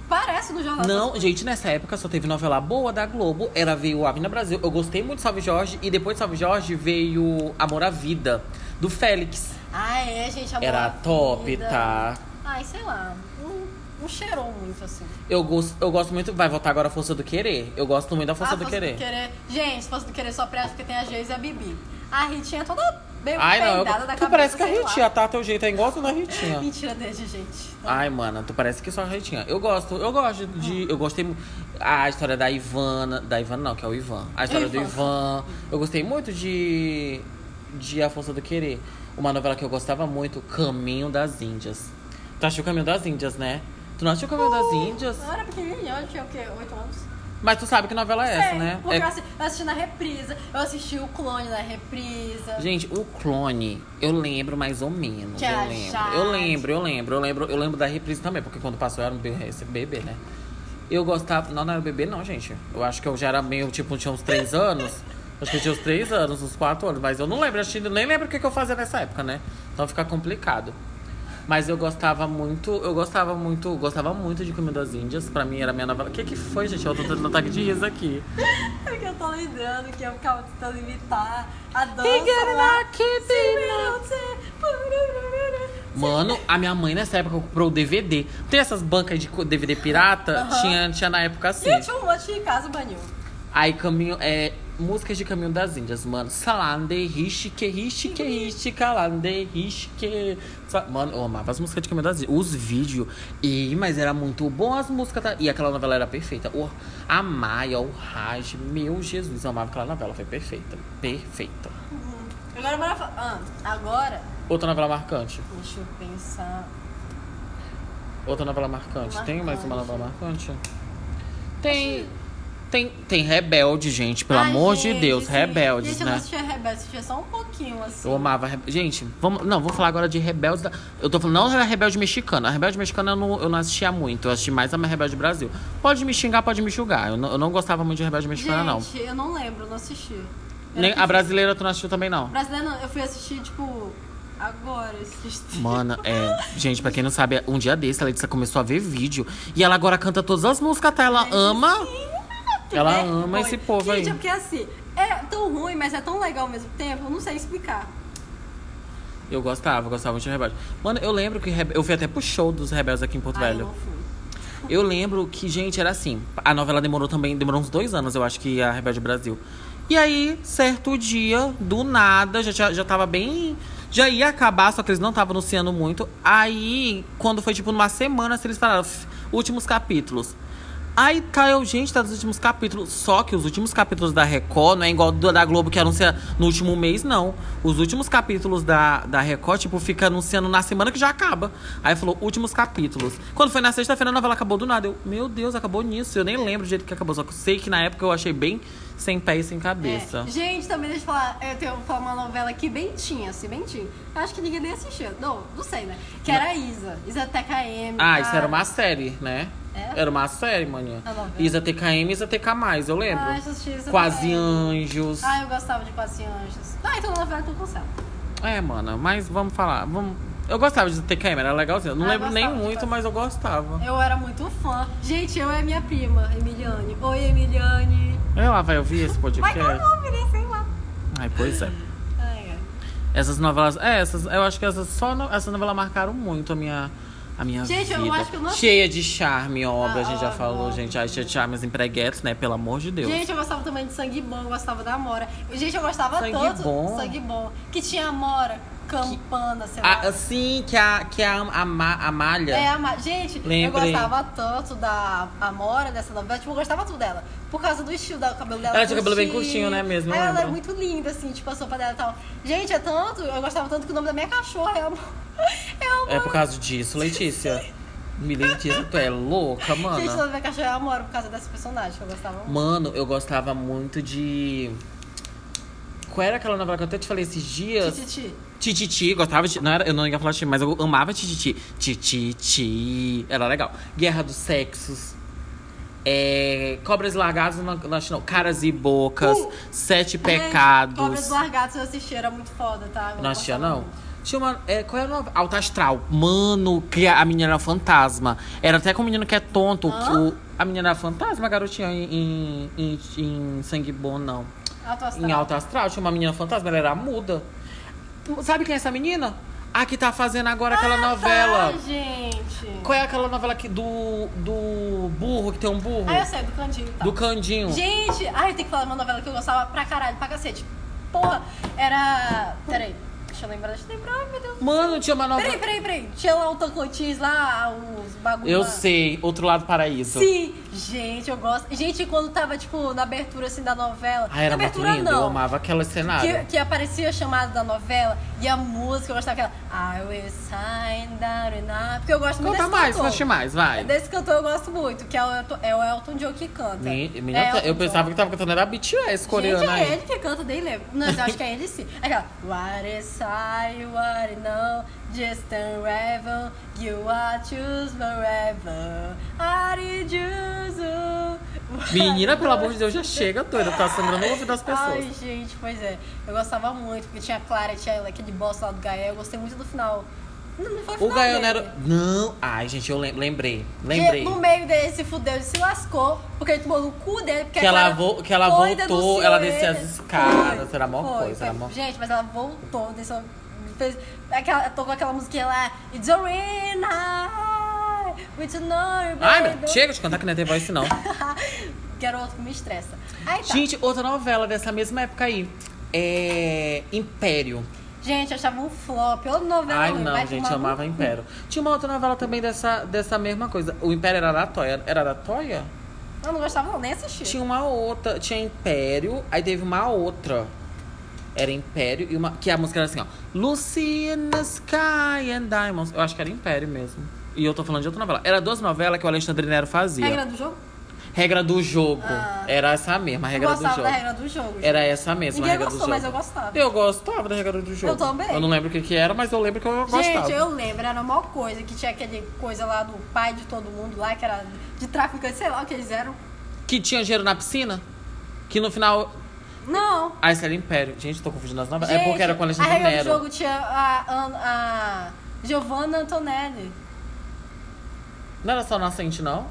Parece no Jornal Não, Nacional. gente, nessa época só teve novela boa da Globo. Ela veio Avenida Brasil. Eu gostei muito de Salve Jorge. E depois de Salve Jorge veio Amor à Vida, do Félix. Ah, é, gente. Amor Era à top, Vida. tá? Ai, sei lá. Não, não cheirou muito, assim. Eu gosto, eu gosto muito. Vai voltar agora a Força do Querer. Eu gosto muito da Força Ah, do Força Querer. do Querer. Gente, Força do Querer só presta porque tem a Geise e a Bibi. A Ritinha é toda meio Ai, não. peidada Eu, da tu cabeça, parece que a sei lá. Ritinha, tá? Teu jeito é igual tu da Ritinha. Mentira desde, gente. Ai, mano, tu parece que só a Ritinha. Eu gosto, eu gosto de. Eu gostei. mu- A história da Ivana. Da Ivana não, que é o Ivan. A história do Ivan. Ivan. Eu gostei muito de. De A Força do Querer. Uma novela que eu gostava muito, Caminho das Índias. Tu assistiu Caminho das Índias, né? Tu não assistiu Caminho das Índias? Eu era pequenininha, eu tinha o quê? Oito anos? Mas tu sabe que novela é essa, Sei, né? porque É- eu, assisti, eu assisti na reprisa. Eu assisti o Clone na reprisa. Gente, o Clone, eu lembro mais ou menos. Que eu a lembro. Jade. Eu lembro, eu lembro, eu lembro, eu lembro da reprise também, porque quando passou eu era um bebê, bebê, né? Eu gostava. Não, não era bebê, não, gente. Eu acho que eu já era meio, tipo, tinha uns três anos. Acho que eu tinha uns três anos, uns quatro anos. Mas eu não lembro, acho que nem lembro o que, que eu fazia nessa época, né? Então fica complicado. Mas eu gostava muito, eu gostava muito, gostava muito de Caminho das Índias. Pra mim era a minha novela. O que que foi, gente? Eu tô tendo um ataque de riso aqui. Porque eu tô lembrando que eu ficava tentando imitar a dança Figure lá. like it, Mano, a minha mãe nessa época comprou o D V D. Tem essas bancas de D V D pirata? Aham. Tinha, tinha na época assim. Gente, um monte de casa baniu. Aí caminho, é, músicas de Caminho das Índias, mano. Salande, rishike, rishike, rishike, alande, rishike. Sa- Mano, eu amava as músicas de Caminho das Índias. Os vídeos. E, mas era muito bom as músicas. Tá? E aquela novela era perfeita. O, a Maia, o Raj, meu Jesus, eu amava aquela novela. Foi perfeita. Perfeita. Agora, bora fa- ah, agora, Outra novela marcante. deixa eu pensar. Outra novela marcante. Tem mais uma Marcante. novela marcante? Tem. Tem, tem Rebelde, gente. Pelo Ai, amor gente, de Deus, sim. Rebeldes, Gente, eu não né? assistia Rebelde, assistia só um pouquinho, assim. Eu amava Rebe- Gente, vamos. Não, vamos falar agora de Rebeldes. Da... Eu tô falando, não a Rebelde Mexicana. A Rebelde Mexicana eu não, eu não assistia muito. Eu assisti mais a Rebelde Brasil. Pode me xingar, pode me julgar. Eu não, eu não gostava muito de Rebelde Mexicana, não. Gente, eu não lembro, não assisti. Eu Nem, era a brasileira tu não assistiu também, não. Brasileira não, eu fui assistir, tipo, agora, esses tempos. Mano, é. Gente, pra quem não sabe, um dia desse a Letícia começou a ver vídeo. E ela agora canta todas as músicas, tá? Ela ama. Ela É ama ruim. esse povo aí. Gente, é porque assim, é tão ruim, mas é tão legal ao mesmo tempo, eu não sei explicar. Eu gostava, eu gostava muito de Rebelde. Mano, eu lembro que Rebe- eu fui até pro show dos Rebeldes aqui em Porto Ai, eu Velho. não fui. Eu lembro que, gente, era assim. A novela demorou também, demorou uns dois anos, eu acho que a Rebelde Brasil. E aí, certo dia, do nada, já, tinha- já tava bem. Já ia acabar, só que eles não estavam anunciando muito. Aí, quando foi tipo numa semana, assim, eles falaram, "F- últimos capítulos. Aí caiu, gente, tá nos últimos capítulos. Só que os últimos capítulos da Record não é igual do da Globo que anuncia no último mês, não. Os últimos capítulos da, da Record, tipo, fica anunciando na semana que já acaba. Aí falou, últimos capítulos. Quando foi na sexta-feira, a novela acabou do nada. Eu, meu Deus, acabou nisso. Eu nem lembro do jeito que acabou. Só que eu sei que na época eu achei bem sem pé e sem cabeça. É. Gente, também deixa eu falar, eu tenho vou falar uma novela que bem tinha, assim, bem tinha. Eu acho que ninguém nem assistia. Não, não sei, né? Que era a Isa. Isa T K M. Ah, isso cara. era uma série, né? É? Era uma série, maninha. A novela. Isa T K M e Isa T K mais, eu lembro. Ah, eu assisti Isa Quase T K M. Anjos. Ah, eu gostava de Quase Anjos. Ah, então a novela tu consegue. É, mano, mas vamos falar. Vamos... Eu gostava de T K M, era legalzinho. Eu não Ah, eu lembro nem gostava de muito, Quase- mas eu gostava. Eu era muito fã. Gente, eu e minha prima, Emiliane. Oi, Emiliane. Ela vai ouvir esse Vai podcast? que eu não ouvi, né? Sei lá. Ai, pois é. Ai, ai. Essas novelas. É, essas, eu acho que essas só no, essas novelas marcaram muito a minha, a minha Gente, vida. eu acho que eu não- Cheia de charme, óbvio, Ah, a gente já óbvio, falou, óbvio. gente. Ai, cheia de charme, as empreguetes, né? Pelo amor de Deus. Gente, eu gostava também de Sangue Bom, eu gostava da Amora. Gente, eu gostava Sangue tanto Bom? Sangue Bom. Que tinha a Amora, Campana, sei lá. Ah, sim, que a, que a, a, Ma- a Malha. É, a Ma- Gente, Lembrei. eu gostava tanto da Amora, dessa novela. Tipo, eu gostava tudo dela. Por causa do estilo do cabelo dela. Ela tinha o cabelo bem curtinho, né, mesmo, eu Aí ela é lembro. muito linda, assim, tipo, a sopa dela e tal. Gente, é tanto, eu gostava tanto que o nome da minha cachorra é Amor. É Amor. É por causa disso, Letícia. Me Letícia, tu é louca, Gente, o nome mano. da minha cachorra é Amor por causa dessa personagem que eu gostava muito. Mano, eu gostava muito de. Qual era aquela novela que eu até te falei esses dias? Tititi. Tititi, gostava de. Não era, eu não ia falar Tititi, mas eu amava Tititi. Tititi. Era legal. Guerra dos Sexos. É, Cobras Largadas, não, não, acho não. Caras e Bocas. Uh! Sete Gente, Pecados. Pobres Largados eu assisti, era muito foda, tá? Eu Não assistia, gostava não? muito. Tinha uma. É, qual era a novela? Alta Astral. Mano, que a menina era fantasma. Era até com o menino que é tonto. Que o, a menina era fantasma, a garotinha em, em, em, em Sangue Bom, não. Alto Astral. Em Alta Astral tinha uma menina fantasma, ela era muda. Sabe quem é essa menina? A que tá fazendo agora aquela ah, novela. Tá, gente. Qual é aquela novela aqui do. Do burro, que tem um burro? Ah, eu sei, do Candinho. Tá. Do Candinho. Gente, ai, eu tenho que falar de uma novela que eu gostava pra caralho, pra cacete. Porra, era. Peraí. Deixa eu lembrar, deixa eu lembrar, meu Deus. Mano, tinha uma novela. Peraí, peraí, peraí. Tinha lá o Tocantins lá, os bagulhos. Eu lá. sei, Outro Lado do Paraíso. Sim, gente, eu gosto. Gente, quando tava, tipo, na abertura, assim, da novela. Ah, era na muito abertura, lindo, não. eu amava aquele cenário. Que, que aparecia a chamada da novela e a música, eu gostava daquela I will sign that enough. Porque eu gosto muito Conta desse mais, cantor. conte mais, vai. Desse cantor eu gosto muito, que é o Elton, é o Elton John que canta. Me- menina, É eu Elton pensava John. que tava cantando era B T S coreano Gente, é aí. ele que canta, nem lembro. Não, eu acho que é ele sim. Aquela What is I, what I know, just unravel, you are choose forever, I need you. Menina, pelo amor de Deus, já chega, doida. Tá sangrando o ouvido das pessoas. Ai, gente, pois é. Eu gostava muito, porque tinha a Clara, tinha aquele boss lá do Gael. Eu gostei muito do final. Não, não foi o O final Gael não dele. era. Não. Ai, gente, eu lem- lembrei. Lembrei. Que no meio dele se fudeu, ele se lascou, porque ele tomou no cu dele. Porque Que a ela, Clara vo- que ela foi e voltou, denunciou ela descia ele. as escadas. Foi, Era a maior foi, coisa. foi. Era a maior... Gente, mas ela voltou, desceu, fez, aquela, tocou aquela musiquinha lá. It's a rain night, with no Ai, meu, chega de cantar que não é The Voice, não. Garoto que me estressa. Aí tá. Gente, outra novela dessa mesma época aí. É. Império. Gente, eu achava um flop. Outra novela Ai, ruim, não, vai gente, tomar eu no amava cu. Império. Tinha uma outra novela também dessa, dessa mesma coisa. O Império era da Toya. Era da Toya? Eu não gostava, não, nem assisti. Tinha uma outra. Tinha Império, aí teve uma outra. Era Império e uma. Que a música era assim, ó. Lucy in the Sky and Diamonds. Eu acho que era Império mesmo. E eu tô falando de outra novela. Era duas novelas que o Alexandre Nero fazia. Regra do jogo? Regra do jogo. Ah. Era essa mesma, a Eu regra do gostava jogo. da regra do jogo. gente. Era essa mesma, Ninguém a regra gostou, do jogo. mas eu gostava. Eu gostava da regra do jogo. Eu também. Eu não lembro o que que era, mas eu lembro que eu gostava. Gente, eu lembro, era a maior coisa, que tinha aquele coisa lá do pai de todo mundo lá, que era de traficante, sei lá o que eles eram. Que tinha dinheiro na piscina? Que no final... Não. Ah, esse era Império. Gente, tô confundindo as novelas. Gente, É porque era com o a Alexandre regra Nero. do jogo tinha a, a, a Giovanna Antonelli. Não era só Nascente, não?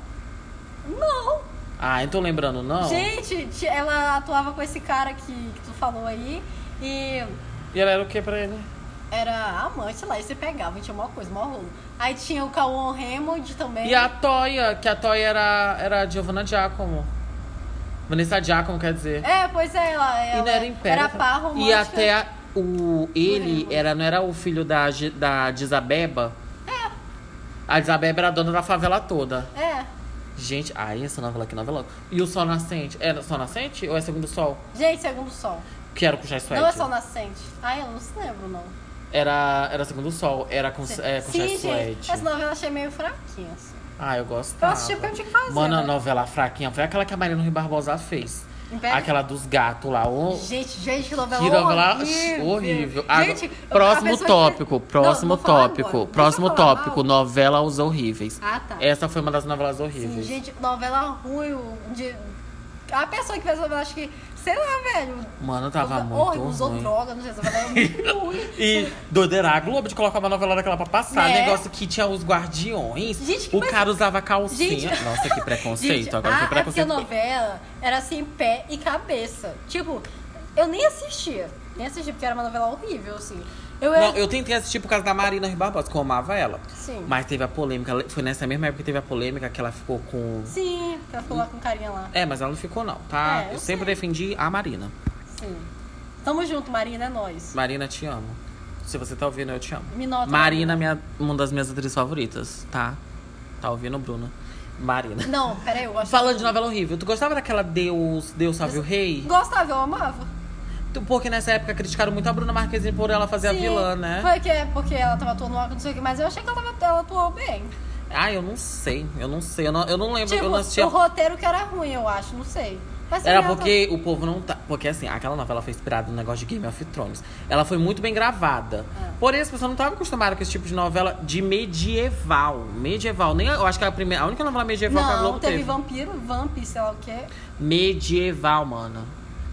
Não. Ah, então lembrando, não? Gente, ti- ela atuava com esse cara que, que tu falou aí. E E ela era o que pra ele? era amante, sei lá, e você pegava, e tinha uma coisa, mó rolo. Aí tinha o Cauã Raymond também. E a Toya, que a Toya era, era a Giovanna Giacomo. Vanessa Giacomo, quer dizer. É, pois é, ela, E ela não era Império. era par romântica. E até a- o, ele Raymond. era, não era o filho da, Gi- da Dizabeba? É. A Dizabeba era a dona da favela toda. É. Gente, ai, essa novela aqui, novela. E o Sol Nascente? Era Sol Nascente ou é Segundo Sol? Gente, Segundo Sol. Que era com o Chai Suede? Não é Sol Nascente. Ai, eu não se lembro, não. Era, era Segundo Sol, era com, é, com Sim, Chai gente, Suede. essa novela eu achei meio fraquinha, assim. Ah, eu gostava. Eu assisti porque eu tinha que fazer, Mano, a né? novela fraquinha foi aquela que a Marina Rui Barbosa fez. Império? Aquela dos gatos lá. O... Gente, gente, que novela Que novela horrível. horrível. Ah, Gente, próximo a pessoa tópico, que- próximo Não, vou falar tópico, agora. próximo Deixa eu falar tópico, mal. novelas horríveis. Ah, tá. Essa foi uma das novelas Sim, horríveis. gente, novela ruim. De... A pessoa que fez a novela, acho que, sei lá, velho. Mano, tava Usa- muito ou usou ruim. droga, não sei, essa novela é muito ruim. E doideira a Globo de colocar uma novela daquela pra passar. Né? Negócio que tinha os guardiões. Gente, que o mais- cara usava calcinha. Gente- Nossa, que preconceito. Gente, Agora a, foi é porque a preconceito. novela era assim, pé e cabeça. Tipo, eu nem assistia. Nem assistia, porque era uma novela horrível, assim. Eu era... Não, eu tentei assistir por causa da Marina Rui Barbosa, que eu amava ela. Sim. Mas teve a polêmica. Foi nessa mesma época que teve a polêmica que ela ficou com. Sim, que ela ficou lá com carinha lá. É, mas ela não ficou, não, tá? É, eu eu sempre sei. defendi a Marina. Sim. Tamo junto, Marina, é nóis. Marina, te amo. Se você tá ouvindo, eu te amo. Me nota, Marina, minha, uma das minhas atrizes favoritas, tá? Tá ouvindo, Bruna? Marina. Não, peraí, eu gosto. Falando de novela horrível, tu gostava daquela Deus, Deus Salve o Rei? Gostava, eu amava. Tu- Porque nessa época criticaram muito a Bruna Marquezine por ela fazer Sim, a vilã, né? Foi que, porque ela tava atuando no não sei o que, mas eu achei que ela, tava, ela atuou bem. Ah, eu não sei, eu não sei, eu não, eu não lembro, Tipo, eu não assistia. o roteiro que era ruim, eu acho, não sei. Mas Era ela porque o povo não tá. Porque assim, aquela novela foi inspirada no negócio de Game of Thrones. Ela foi muito bem gravada. É. Porém, as pessoas não estavam acostumadas com esse tipo de novela de medieval. Medieval. Nem, eu acho que a, primeira, a única novela medieval que a Não, Globo teve teve. vampiro, vamp, sei lá o quê. Medieval, mano.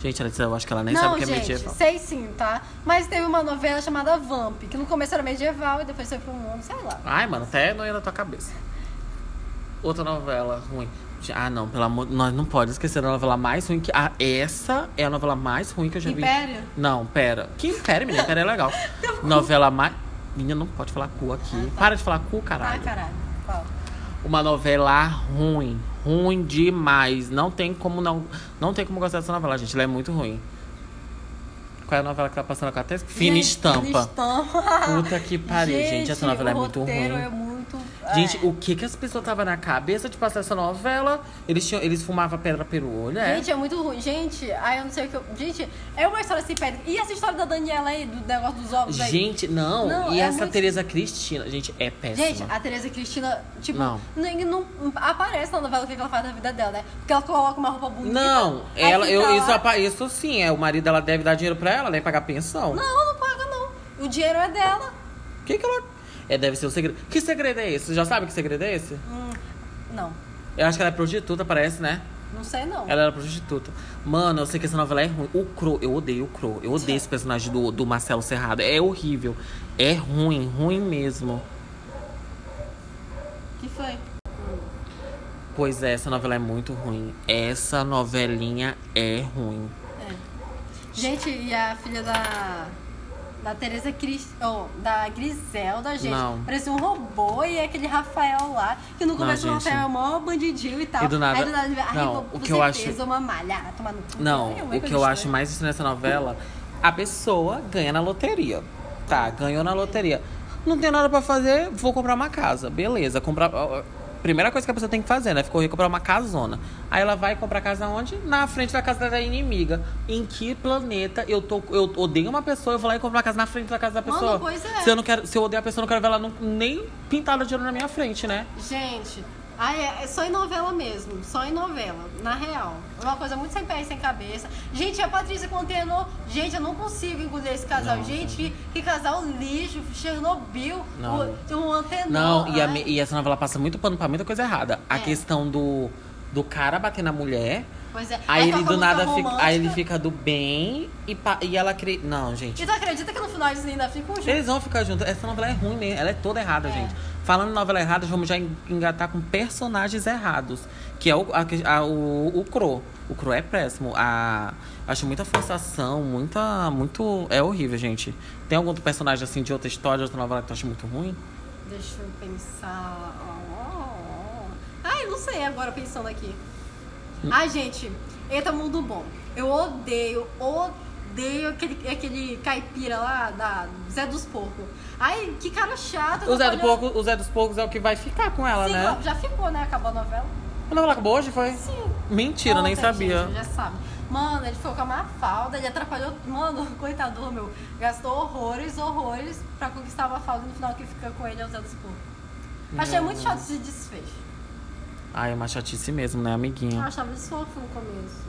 Gente, ela, eu acho que ela nem Não, sabe o que é gente, medieval. sei sim, tá? Mas teve uma novela chamada Vamp, que no começo era medieval e depois foi pro mundo, sei lá. Ai, mano, até não ia na tua cabeça. Outra novela ruim. Ah, não, pelo amor... Nós não pode esquecer da novela mais ruim que... Ah, essa é a novela mais ruim que eu já vi. Império? Não, pera. Que Império, menina? Império é legal. Novela mais... Menina, não pode falar cu aqui. Ah, tá. Para de falar cu, caralho. Ah, caralho. Qual? Uma novela ruim. Ruim demais. Não tem como não... Não tem como gostar dessa novela, gente. Ela é muito ruim. Qual é a novela que tá passando com a Tess? Fina Estampa. Fina Estampa. Puta que pariu, gente. gente essa novela é muito ruim. É muito... Gente, é. o que que as pessoas estavam na cabeça de passar essa novela? Eles, tinham, eles fumavam pedra pelo olho, é? Gente, é muito ruim. Gente, ai, eu não sei o que eu... Gente, é uma história assim, pedra. E essa história da Daniela aí, do negócio dos ovos aí? Gente, não. Não, e é essa muito... Tereza Cristina, gente, é péssima. Gente, a Tereza Cristina, tipo, Não. não, não aparece na novela o que ela faz na vida dela, né? Porque ela coloca uma roupa bonita. Não, aí ela, fica eu, lá- isso, apa- isso sim, é, o marido dela deve dar dinheiro pra ela, deve pagar pensão. Não, ela não paga, não. O dinheiro é dela. O que que ela... É, deve ser o segredo. Que segredo é esse? Você já sabe que segredo é esse? Hum, não. Eu acho que ela é prostituta, parece, né? Não sei, não. Ela era prostituta. Mano, eu sei que essa novela é ruim. O Cro, eu odeio o Cro. Eu odeio esse personagem do, do Marcelo Serrado. É horrível. É ruim, ruim mesmo. Que foi? Pois é, essa novela é muito ruim. Essa novelinha é ruim. É. Gente, e a filha da... Da Tereza Cris... Oh, da Griselda, gente. Não. Parecia um robô e aquele Rafael lá. Que no começo Não, o gente. Rafael é mó bandidinho e tal. E do nada- Aí do nada... Ai, Não, vou- o que você eu acho- fez uma malha, tomar no cu. Não, Ai, é uma o coisa que eu acho estranha. mais estranho nessa novela, a pessoa ganha na loteria. Tá, ganhou na loteria. Não tem nada pra fazer, vou comprar uma casa. Beleza, comprar. ó, ó, Primeira coisa que a pessoa tem que fazer, né? Ficou comprar uma casona. Aí ela vai comprar casa onde? Na frente da casa da inimiga. Em que planeta eu tô. Eu odeio uma pessoa, eu vou lá e compro uma casa na frente da casa da Mano, pessoa. pois é. Se eu não quero, se eu odeio a pessoa, eu não quero ver ela não- nem pintada de ouro na minha frente, né? Gente, ai, é é só em novela mesmo. Só em novela, na real. É uma coisa muito sem pé e sem cabeça. Gente, a Patrícia Contenô. Gente, eu não consigo engolir esse casal. Não, gente, que, que casal lixo. Chernobyl. Não. O, o Antenor. Não, e, a ai. me- e essa novela passa muito pano pra muita coisa errada. A É. questão do, do cara bater na mulher. Pois é. Aí ele toca do música nada fica. romântica. Aí ele fica do bem e, pa- e ela cria. Não, gente. E tu acredita que no final eles ainda ficam juntos? Eles vão ficar juntos. Essa novela é ruim mesmo. Ela é toda errada, É. gente. Falando em novela errada, vamos já en- engatar com personagens errados. Que é o, a, que- a- o, o Cro. O Cro é péssimo. A, acho muita forçação, muita. Muito. É horrível, gente. Tem algum outro personagem assim de outra história, de outra novela que tu acha muito ruim? Deixa eu pensar. Oh. Ai, não sei agora pensando aqui. Ai, gente, Eita Mundo Bom. Eu odeio, odeio aquele, aquele caipira lá da Zé dos Porcos. Ai, que cara chato. O Zé, do atrapalhou- Porco, o Zé dos Porcos é o que vai ficar com ela, Sim, né? já ficou, né? Acabou a novela. A novela acabou hoje, foi? Sim. Mentira, nem Ontem, sabia. gente, já sabe. Mano, ele ficou com a Mafalda, ele atrapalhou. Mano, coitado, meu. Gastou horrores, horrores pra conquistar a Mafalda. No final, quem fica com ele é o Zé dos Porcos. Achei Meu muito chato esse desfecho. Ai, é uma chatice mesmo, né, Eu amiguinha? achava ele fofo no começo.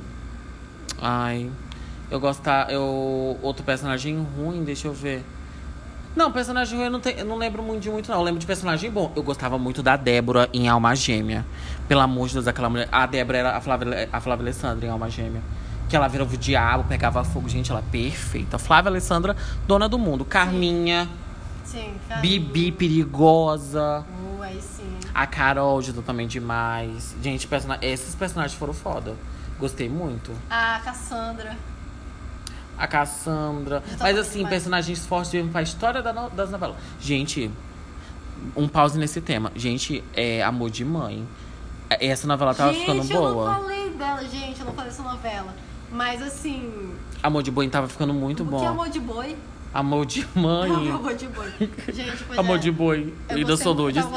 Ai, eu gostar. Eu, outro personagem ruim, deixa eu ver. Não, personagem ruim eu não, tenho, eu não lembro muito de muito, não. Eu lembro de personagem bom. Eu gostava muito da Débora em Alma Gêmea. Pelo amor de Deus, aquela mulher. A Débora era a Flávia, a Flávia Alessandra em Alma Gêmea. Que ela virava o diabo, pegava fogo. Gente, ela é perfeita. Flávia Alessandra, dona do mundo. Carminha, Sim, cara. Bibi, perigosa. Uh, aí sim. A Carol, de Totalmente Demais. Gente, persona- esses personagens foram foda. Gostei muito. A Cassandra. A Cassandra. De Mas Totalmente assim, Demais. personagens fortes mesmo pra história da no- das novelas. Gente, um pause nesse tema. Gente, é Amor de Mãe. É- Essa novela tava gente, ficando eu não boa. falei dela, gente. Eu não falei dessa novela. Mas assim. Amor de Boi tava ficando muito o bom. que é Amor de Boi? Amor de Mãe. Amor de Boi. Gente, pois Amor é. de Boi. Eu E da gostei muito, Sonudes. tava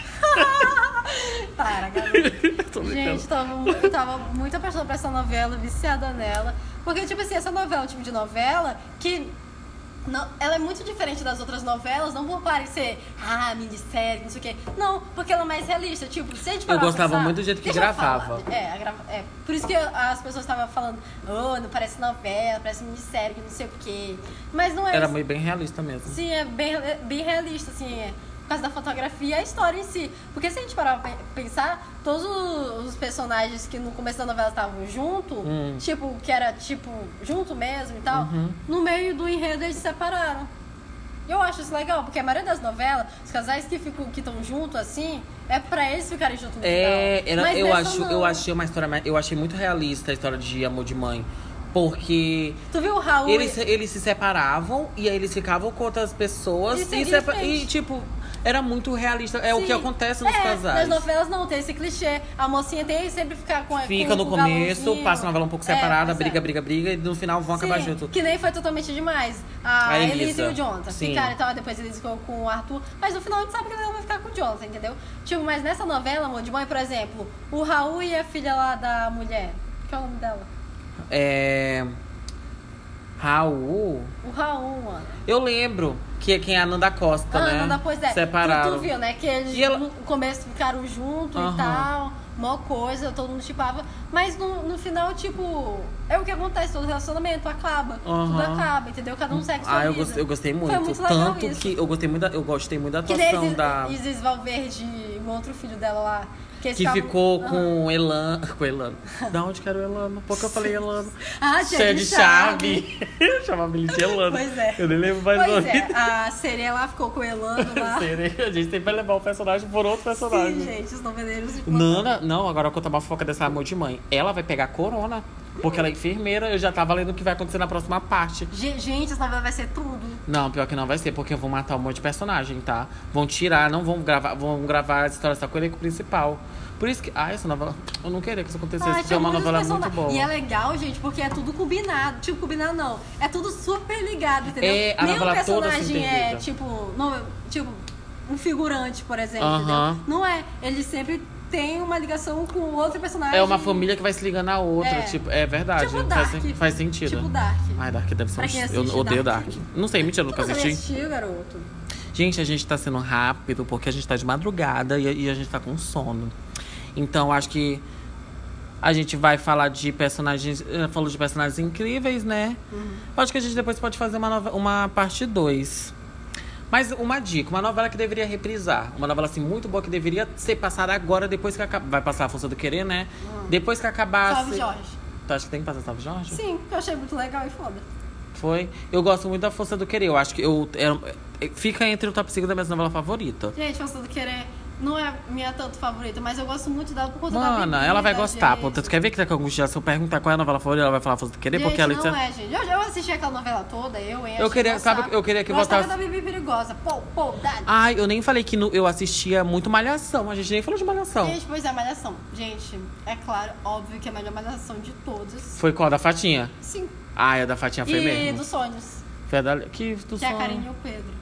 gostando- Para, galera. Tô brincando. Gente, tava, mu- eu tava muito apaixonada por essa novela, viciada nela. Porque, tipo assim, essa novela é um tipo de novela que não, ela é muito diferente das outras novelas, não por parecer, ah, minissérie, não sei o quê. Não, porque ela é mais realista. Tipo, se a gente parar pra gostava pensar- muito do jeito que Deixa eu gravava. falar. É, a grava- é, por isso que as pessoas estavam falando, oh, não parece novela, parece minissérie, que não sei o quê. Mas não é Era isso. muito bem realista mesmo. Sim, é bem, é bem realista, assim. É. causa da fotografia e a história em si. Porque se a gente parar pra pensar, todos os personagens que no começo da novela estavam junto, hum. tipo, que era tipo, junto mesmo e tal, uhum. no meio do enredo eles se separaram. Eu acho isso legal, porque a maioria das novelas, os casais que ficam que estão juntos assim, é pra eles ficarem juntos no é, final. Era, eu acho, não. eu achei uma história, eu achei muito realista a história de Amor de Mãe. Porque tu viu o Raul? Eles, e... eles se separavam e aí eles ficavam com outras pessoas e, e, separa... e tipo, era muito realista. É Sim. o que acontece nos é, casais. Nas novelas não tem esse clichê. A mocinha tem que sempre ficar com a Fica com, no com começo, passa a novela um pouco separada, é, briga, é. briga, briga, e no final vão Sim, acabar junto. Que nem foi totalmente demais. A, a Elisa e o Jonathan Sim. ficaram e tal, depois eles ficou com o Arthur. Mas no final a gente sabe que ele não vai ficar com o Jonathan, entendeu? Tipo, mas nessa novela, Amor de Mãe, por exemplo, o Raul e a filha lá da mulher. Qual é o nome dela? É. Raul? O Raul, mano. Eu lembro que é quem é a Nanda Costa, ah, né? Nanda, pois é. Separaram. Tu, tu viu, né? Que eles ela... no começo ficaram juntos uhum. e tal. Mó coisa, todo mundo chipava. Mas no, no final, tipo... É o que acontece, todo relacionamento acaba. Uhum. Tudo acaba, entendeu? Cada um segue sua ah, eu vida. Gostei, eu gostei muito. Foi muito legal Tanto isso. que eu gostei muito da, eu gostei muito da atuação Isis, da... Isis Valverde, o outro filho dela lá. Que, que tavam... ficou uhum. com Elano. Com Elano. Da onde que era o Elano? Porque eu falei Elano. ah, cheia de chave. Eu chamava ele de Elano. Pois é. Eu nem lembro mais Pois nome. é, a Sereia lá ficou com o Elano lá. Sereia, a gente tem que levar o personagem por outro personagem. Sim, gente, os noveleiros de Nana, não, agora eu vou contar uma fofoca dessa Amor de Mãe. Ela vai pegar corona. Porque ela é enfermeira, eu já tava lendo o que vai acontecer na próxima parte. Gente, essa novela vai ser tudo. Não, pior que não vai ser, porque vão matar um monte de personagem, tá? Vão tirar, não vão gravar, vão gravar as histórias só com o elenco principal. Por isso que. Ah, essa novela. Eu não queria que isso acontecesse, Ai, porque é uma novela muito boa. E é legal, gente, porque é tudo combinado. Tipo, combinado não. É tudo super ligado, entendeu? É, a Nenhum novela toda personagem é, tipo, não, tipo, um figurante, por exemplo, uh-huh. entendeu? Não é. Ele sempre tem uma ligação com outro personagem. É uma família que vai se ligando à outra, é. tipo, é verdade. Tipo Dark. Faz, faz sentido. Tipo Dark. Ai, Dark deve ser um... Eu odeio Dark. Dark. Não sei, mentira, eu nunca assisti. assistiu, garoto? Gente, a gente tá sendo rápido porque a gente tá de madrugada e, e a gente tá com sono. Então, acho que a gente vai falar de personagens... Falou de personagens incríveis, né? Uhum. Acho que a gente depois pode fazer uma, nova, uma parte dois. Mas uma dica, uma novela que deveria reprisar. Uma novela, assim, muito boa que deveria ser passada agora, depois que acabar. Vai passar a Força do Querer, né? Hum. Depois que acabasse... Salve Jorge. Tu acha que tem que passar Salve Jorge? Sim, eu achei muito legal e foda. Foi. Eu gosto muito da Força do Querer. Eu acho que eu... É, fica entre o top cinco da minha novela favorita. Gente, Força do Querer... Não é minha tanto favorita, mas eu gosto muito dela por conta Mano, da Mana, ela vai gostar. Gente. Pô, tu quer ver que tá com angústia? Se eu perguntar qual é a novela favorita, ela vai falar Força do Querer, Gente, porque ela... não é, gente. Eu, eu assisti aquela novela toda, eu, hein? Eu queria, sabe, eu queria que voltasse... voltasse... da Bibi Perigosa. Pô, pô, Dade. Ai, eu nem falei que no, eu assistia muito Malhação. A gente nem falou de Malhação. Gente, pois é, Malhação. Gente, é claro, óbvio que é a melhor Malhação de todas. Foi qual? Da Fatinha? Sim. Ai, a da Fatinha foi e mesmo. E dos Sonhos. Foi a da... Que do Que é a Karine e o Pedro.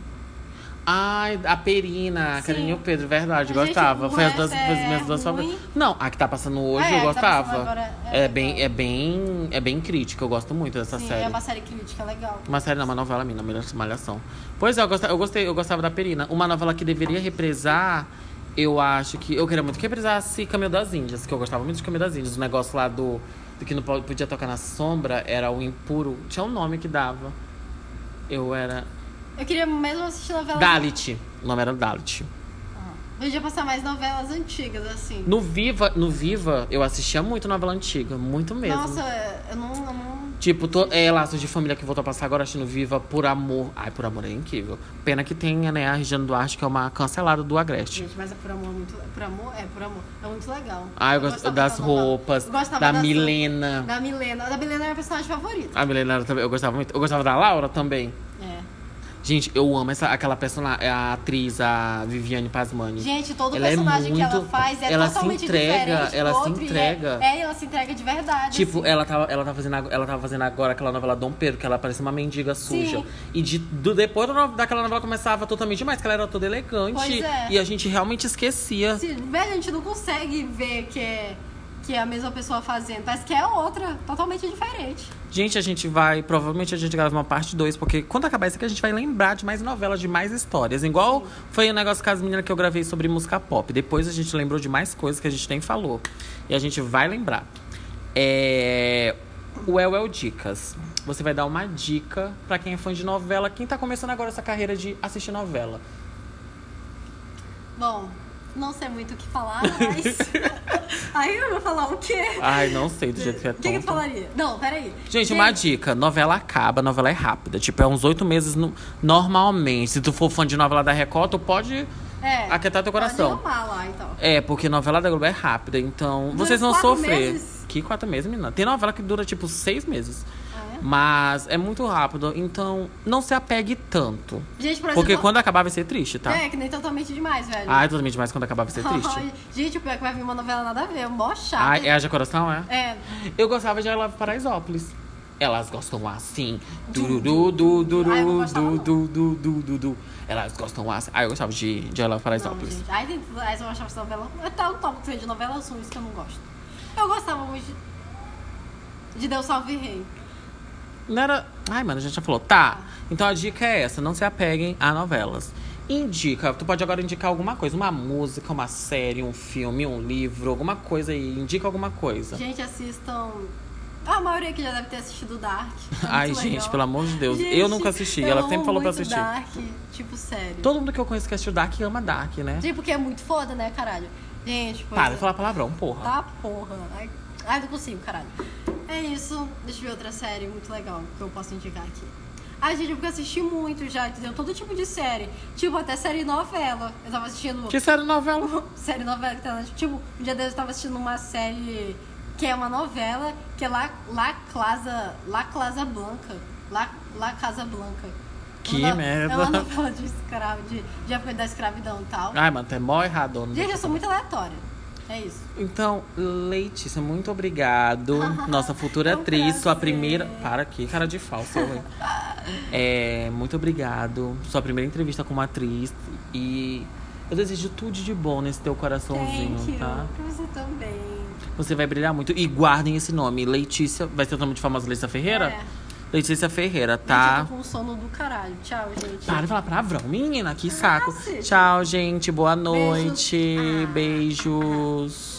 Ai, a Perina, a Karine e o Pedro, verdade, Gente, gostava. Foi as duas, é as minhas duas favoritas. Não, a que tá passando hoje ah, é, eu gostava. Tá agora, é, é, bem, é, bem, é bem crítica, eu gosto muito dessa Sim, série. É uma série crítica, legal. Uma série não, uma novela minha, Malhação. Pois é, eu gostava, eu gostei, eu gostava da Perina. Uma novela que deveria reprisar, eu acho que... Eu queria muito que reprisasse Caminho das Índias, que eu gostava muito de Caminho das Índias. O negócio lá do, do que não podia tocar na sombra era o impuro. Tinha um nome que dava. Eu era... Eu queria mesmo assistir novelas... Dalit. O nome era Dalit. Eu podia passar mais novelas antigas, assim. No Viva, no Viva, eu assistia muito novela antiga. Muito mesmo. Nossa, eu não... Eu não... Tipo, to, é Laços de Família que voltou a passar agora assistindo Viva Por Amor. Ai, Por Amor é incrível. Pena que tenha, né, a Regina Duarte, que é uma cancelada do Agreste. Gente, mas é Por Amor muito... Por Amor? É, Por Amor. É muito legal. Ah, eu, eu gosto das roupas, da das Milena. Da Milena. A da Milena era a personagem favorita. A Milena era também, eu gostava muito. Eu gostava da Laura também. É. Gente, eu amo essa, aquela personagem, a atriz, a Viviane Pasmani. Gente, todo ela personagem é muito, que ela faz é ela totalmente se entrega, diferente. Ela do se outro, entrega. É, é, ela se entrega de verdade. Tipo, assim. ela, tava, ela, tava fazendo, ela tava fazendo agora aquela novela Dom Pedro, que ela parecia uma mendiga suja. Sim. E de, do, depois daquela novela começava totalmente demais, que ela era toda elegante. Pois é. E a gente realmente esquecia. Se, velho, a gente não consegue ver que é, que é a mesma pessoa fazendo. Parece que é outra, totalmente diferente. Gente, a gente vai... Provavelmente a gente grava uma parte dois, porque quando acabar isso aqui, a gente vai lembrar de mais novelas, de mais histórias. Igual foi o negócio com as meninas que eu gravei sobre música pop. Depois a gente lembrou de mais coisas que a gente nem falou. E a gente vai lembrar. É... O El El Dicas. Você vai dar uma dica pra quem é fã de novela. Quem tá começando agora essa carreira de assistir novela. Bom, não sei muito o que falar, mas... Aí eu vou falar o quê? Ai, não sei do jeito que é O que, que eu tonto. falaria? Não, peraí. Gente, uma dica. Novela acaba, novela é rápida. Tipo, é uns oito meses no- normalmente. Se tu for fã de novela da Record, tu pode É, aquietar teu coração. pode amar lá, então. É, porque novela da Globo é rápida, então Dura vocês vão quatro sofrer. meses? Que quatro meses, menina? Tem novela que dura, tipo, seis meses. Ah, é? Mas é muito rápido, então não se apegue tanto. Gente, por exemplo... Porque quando acabar vai ser triste, tá? É, que nem totalmente demais, velho. Ai, totalmente demais quando acabar vai ser triste. Ai, gente, o pior é que vai vir uma novela nada a ver, mó chato. Ai, é Haja Coração, é? É, Eu gostava de I Love Paraisópolis. Elas gostam assim. Dururu, du, duru, Ai, eu não gostava, du, não. du, du, du, du, du. Elas gostam assim. Ah, eu gostava de, de I Love não, Paraisópolis. gente. Aí tem aí eu achava essa novela... Até o tópico de novelas ruins que eu não gosto. Eu gostava muito de, de Deus Salve Rei. Não era. Ai, mano, a gente já falou. Tá. Então a dica é essa: não se apeguem a novelas. Indica, tu pode agora indicar alguma coisa, uma música, uma série, um filme, um livro, alguma coisa aí. Indica alguma coisa. Gente, assistam... A maioria que já deve ter assistido Dark. É Ai, muito gente, legal. pelo amor de Deus. Gente, eu nunca assisti. eu Ela amo sempre falou pra muito assistir. Dark, tipo, sério. Todo mundo que eu conheço que assistiu Dark ama Dark, né? Tipo, que é muito foda, né, caralho? Gente, pois Para é. de falar palavrão, porra. Tá, porra. Ai, ai, não consigo, caralho. É isso. Deixa eu ver outra série muito legal que eu posso indicar aqui. Ai, gente, porque eu assisti muito já, entendeu? Todo tipo de série. Tipo, até série novela. Eu tava assistindo... Que série novela? série novela que tá na... Tipo, um dia desses eu tava assistindo uma série que é uma novela, que é La, La, Casa, La Casa Blanca. La, La Casa Blanca. Que Uma no- merda. É uma novela de escravo, de, de época da escravidão e tal. Ai, mano, tu é mó errado. Gente, eu sou muito aleatória. É isso. Então, Letícia, muito obrigado. Nossa futura É um atriz, sua prazer. primeira. Para aqui, cara de falso, hein? É, muito obrigado. Sua primeira entrevista como atriz. E eu desejo tudo de bom nesse teu coraçãozinho, Thank you. tá? Pra você também. Você vai brilhar muito. E guardem esse nome. Letícia. Vai ser o nome de famosa Letícia Ferreira? É. Letícia Ferreira, Gente, tá? eu tô com sono do caralho. Tchau, gente. Para de falar palavrão, menina. Que saco. Cacete. Tchau, gente. Boa noite. Ah. Beijos.